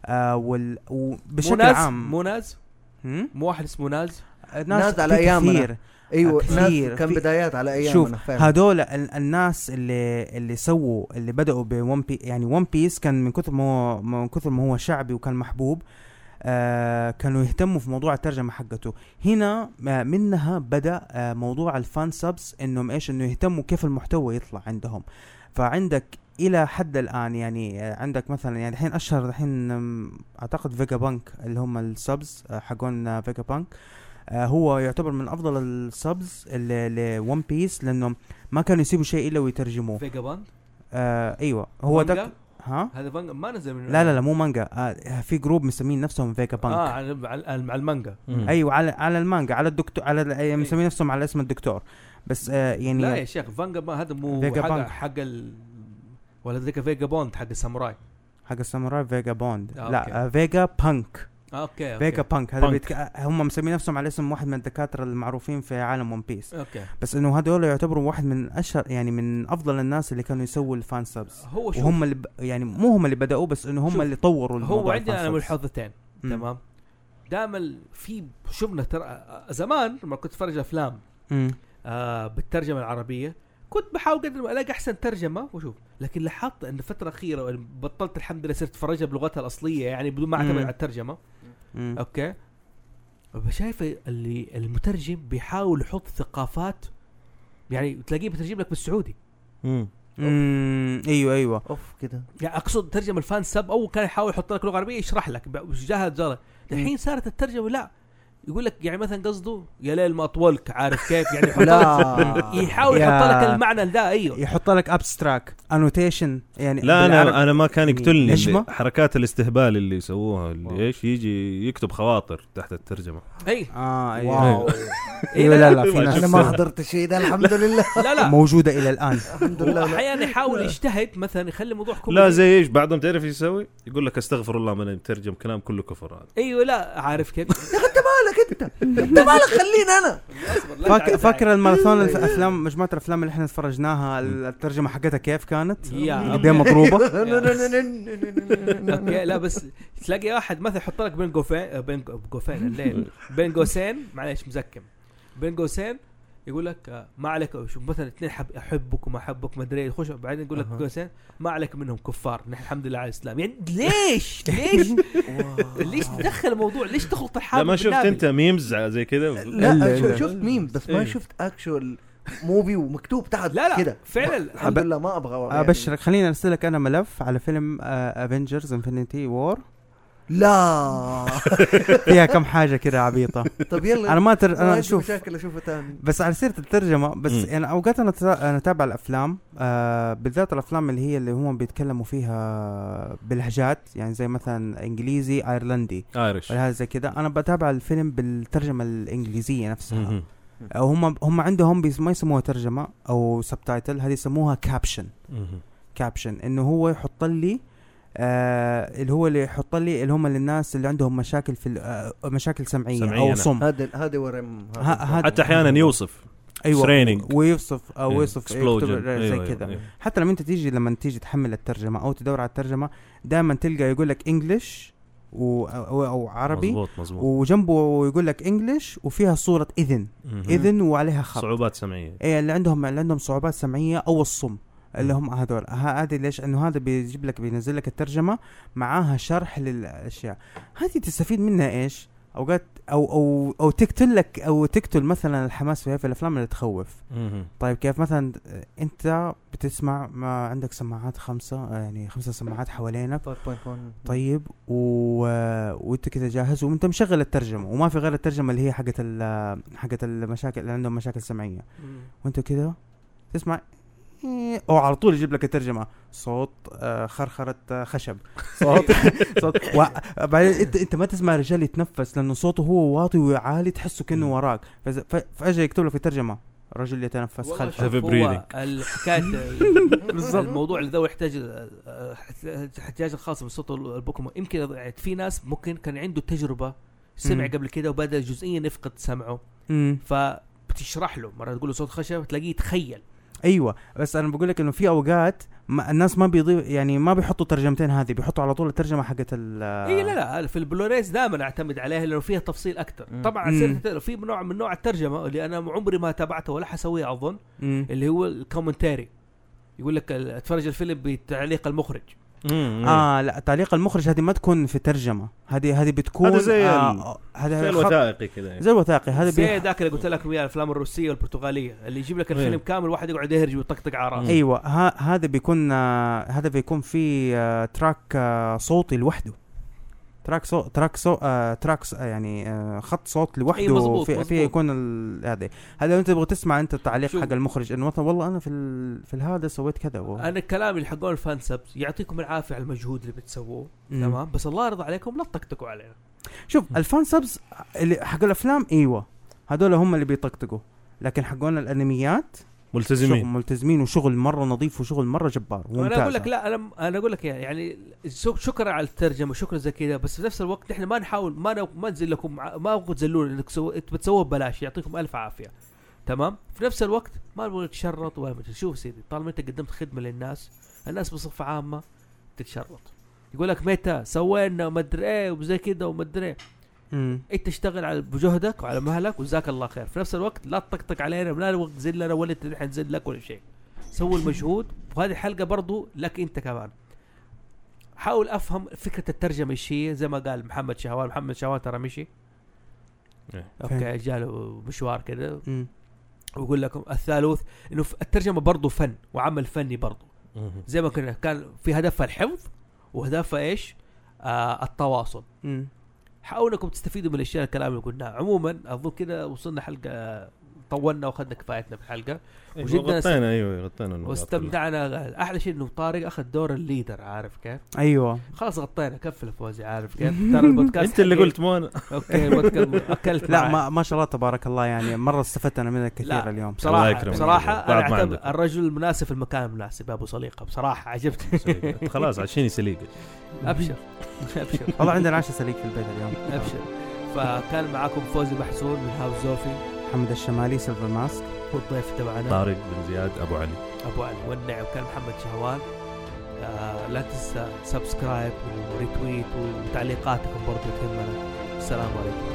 وبشكل عام مو واحد اسمه ناز على ايامنا. ايوه ناس كان بدايات على ايامنا. هذول الناس اللي سووا اللي بدأوا بون بي، يعني ون بيس كان من كثر ما هو شعبي وكان محبوب، كانوا يهتموا في موضوع الترجمة حقته. هنا منها بدأ موضوع الفان سبس، انه يهتموا كيف المحتوى يطلع عندهم. فعندك الى حد الان يعني عندك مثلا يعني الحين اشهر الحين اعتقد فيجا بانك اللي هم السبز حقون فيجا بانك، هو يعتبر من افضل السبز لون بيس، لانه ما كانوا يسيبوا شيء الا ويترجموه. فيجا باند ايوه هو ده. هذا مانجا ما نزل من لا مو مانجا، في جروب مسمين نفسهم فيجا بانك. على المانجا. ايوه على المانجا، على الدكتور، على مسمين نفسهم على اسم الدكتور. بس يعني لا يا شيخ فانجا ما هذا مو حق ولا ذيك فيجا بوند حق الساموراي. فيجا بوند لا فيجا بانك. اوكي فيجا بانك هذا هم مسمين نفسهم على اسم واحد من الدكاتره المعروفين في عالم ون بيس. بس انه هذول يعتبروا واحد من اشهر يعني من افضل الناس اللي كانوا يسووا الفان سبس، وهم اللي يعني مو هم اللي بداوا، بس انه هم اللي طوروا الموضوع. هو عندنا انا ملحوظتين تمام. دائما في شفنا زمان لما كنت اتفرج افلام بالترجمه العربيه كنت بحاول قدر ما الاقي احسن ترجمه وشوف، لكن لاحظت ان فتره اخيره بطلت الحمد لله صرت اتفرجها بلغتها الاصليه يعني بدون ما اعتمد على الترجمه. اوكي شايف اللي المترجم بيحاول يحط ثقافات، يعني تلاقيه بترجم لك بالسعودي. ايوه اوف كده، يعني اقصد ترجم الفان سب او كان يحاول يحط لك لغه عربيه يشرح لك جاهز. الحين صارت الترجمه لا يقول لك يعني مثلا قصده يا ليل ما اطولك، عارف كيف يعني يحاول يحط لك المعنى ده. ايوه يحط لك ابستراكت انوتيشن يعني. لا انا ما كان يقتلني حركات الاستهبال اللي يسووها اللي ايش يجي يكتب خواطر تحت الترجمه. ايوه لا في ناس انا ما حضرت شيء ده الحمد لله. لا موجوده الى الان الحمد لله. احيانا يحاول يجتهد مثلا يخلي موضوع لا زي ايش بعدهم تعرف يسوي، يقول لك استغفر الله من يترجم كلام كله كفر هذا. ايوه لا عارف كيف مالك انت مالك خليني انا. فاكر الماراثون الافلام مجموعه الافلام اللي احنا تفرجناها الترجمه حقتها كيف كانت قدام مضروبه. اوكي لا بس تلاقي واحد مثلا يحط لك بين قوسين الليل بين قوسين معليش مزكم بين قوسين يقول لك ما عليك شوف مثلا اثنين احبك وما احبك ما ادري يخش بعدين يقول لك قوسين ما عليك منهم كفار نحن الحمد لله على الاسلام. يعني ليش تدخل الموضوع ليش تخلط الحال؟ ما شفت انت ميمز زي كده؟ لا شفت ميم بس ما شفت اكشوال موفي ومكتوب تحت كده فعلا. الحمد لله ما ابغى يعني. ابشرك خليني ارسلك انا ملف على فيلم افنجرز انفينيتي وور. لا فيها كم حاجه كده عبيطه. طب يلا انا انا اشوف مشاكل اشوفه ثاني. بس على سيره الترجمه بس يعني اوقات انا اتابع الافلام بالذات الافلام اللي هم بيتكلموا فيها بلهجات يعني زي مثلا انجليزي ايرلندي ايرش ولا زي كده. انا بتابع الفيلم بالترجمه الانجليزيه نفسها. او هم عندهم ما يسموها ترجمه او سبتايتل هذه يسموها كابشن انه هو يحط لي اللي يحط لي اللي هم الناس اللي عندهم مشاكل في مشاكل سمعيه او صم. هذا ورم حتى احيانا يوصف ويوصف او يوصف زي كذا. أيوة. حتى لما تيجي تحمل الترجمه او تدور على الترجمه دائما تلقى يقول لك انجليش او عربي مزبوط. وجنبه يقول لك انجليش وفيها صوره اذن وعليها خط صعوبات سمعيه. اللي عندهم صعوبات سمعيه او الصم اللي هم هذول. هذه ليش؟ انه هذا بينزل لك الترجمه معاها شرح للاشياء هذه تستفيد منها ايش اوقات او تقتل مثلا الحماس في الافلام اللي تخوف. طيب كيف مثلا انت بتسمع ما عندك سماعات 5 سماعات حوالينك طيب وانت كده جاهز وانت مشغل الترجمه وما في غير الترجمه اللي هي حقت المشاكل اللي عندهم مشاكل سمعيه وانت كده تسمع او على طول يجيب لك الترجمه صوت خرخره خشب صوت بعدين انت ما تسمع رجال يتنفس لانه صوته هو واطي وعالي تحسه كأنه وراك فاجا يكتب لك في الترجمه رجل يتنفس خلفه الحكايه الموضوع اللي ذو احتياج الخاص بالصوت البوكيمون. يمكن في ناس ممكن كان عنده تجربه سمع قبل كده وبدا جزئيا يفقد سمعه فبتشرح له مره تقول له صوت خشب تلاقيه يتخيل. ايوه بس انا بقول لك انه في اوقات الناس ما بيضيف يعني ما بيحطوا ترجمتين هذه بيحطوا على طول الترجمه حقت لا في البلوريز دائما اعتمد عليها لانه فيها تفصيل اكثر. طبعا في نوع من نوع الترجمه اللي انا عمري ما تابعته ولا حسويه اظن اللي هو الكومنتاري يقول لك اتفرج الفيلم بتعليق المخرج. لا تعليق المخرج هذه ما تكون في ترجمة هذه بتكون هذا زي الوثائقي كده زي الوثائقي هذا زي ذاك اللي قلت لك ويا الافلام الروسيه والبرتغاليه اللي يجيب لك الفيلم كامل واحد يقعد يهرج ويطقطق على راسه. ايوه هذا بيكون في تراك صوتي لوحده تراك يعني خط صوت لوحده في يكون هذا انت تبغى تسمع انت التعليق حق المخرج انه مثلا والله انا في هذا سويت كذا انا الكلام اللي حقون الفان سبس يعطيكم العافيه على المجهود اللي بتسووه تمام بس الله يرضى عليكم لا تطقطقوا علينا. شوف الفان سبس اللي حق الافلام ايوه هذول هم اللي بيطقطقوا لكن حقون الانميات ملتزمين وشغل مره نظيف وشغل مره جبار وممتاز. انا اقول لك لا انا اقول لك يعني شكرا على الترجمه وشكرا زي كذا بس في نفس الوقت احنا ما نحاول ما ننزل لكم ما تزلون انك بتسووه ببلاش يعطيكم الف عافيه تمام. في نفس الوقت ما نبغى نتشرط ولا شوف سيدي طالما انت قدمت خدمه للناس الناس بصفه عامه تتشرط يقول لك متى سوينا وما ادري ايه وزي كذا وما ادري ايه. انت تشتغل على بجهدك وعلى مهلك وجزاك الله خير. في نفس الوقت لا تطقطق علينا ولا نبغى نزل لنا ولا نحن نزل لك ولا شيء. سوي المجهود وهذه الحلقه برضو لك انت كمان. حاول افهم فكره الترجمه ايش هي زي ما قال محمد شهوان ترى مشي اوكي جاله مشوار كده ويقول لكم الثالث انه الترجمه برضو فن وعمل فني برضو زي ما كان في هدفها الحفظ وهدفها ايش التواصل. حاولوا انكم تستفيدوا من الاشياء الكلام اللي قلناه. عموما اظن كده وصلنا حلقه طولنا واخذنا كفايتنا في الحلقه وجدا غطينا واستمتعنا. احلى شيء انه طارق اخذ دور الليدر عارف كيف. ايوه خلاص غطينا كفل فوزي عارف كيف. ترى البودكاست انت اللي قلت مو انا. اوكي البودكاست اكلت لا ما شاء الله تبارك الله يعني مره استفدت انا منك كثير اليوم بصراحه انا اعتبر الرجل المناسب في المكان المناسب يا ابو صليقه بصراحه عجبتني. خلاص عشان يسليق ابشر والله عندنا عشاء سليق في البيت اليوم ابشر. فكان معاكم فوزي محسون من هاوس زوفي، محمد الشمالي سيلفر ماسك، والضيف تبعنا طارق بن زياد أبو علي. والنعم كان محمد شهوان. لا تنسى سبسكرايب وريتويت وتعليقاتكم برضو تهمنا. السلام عليكم.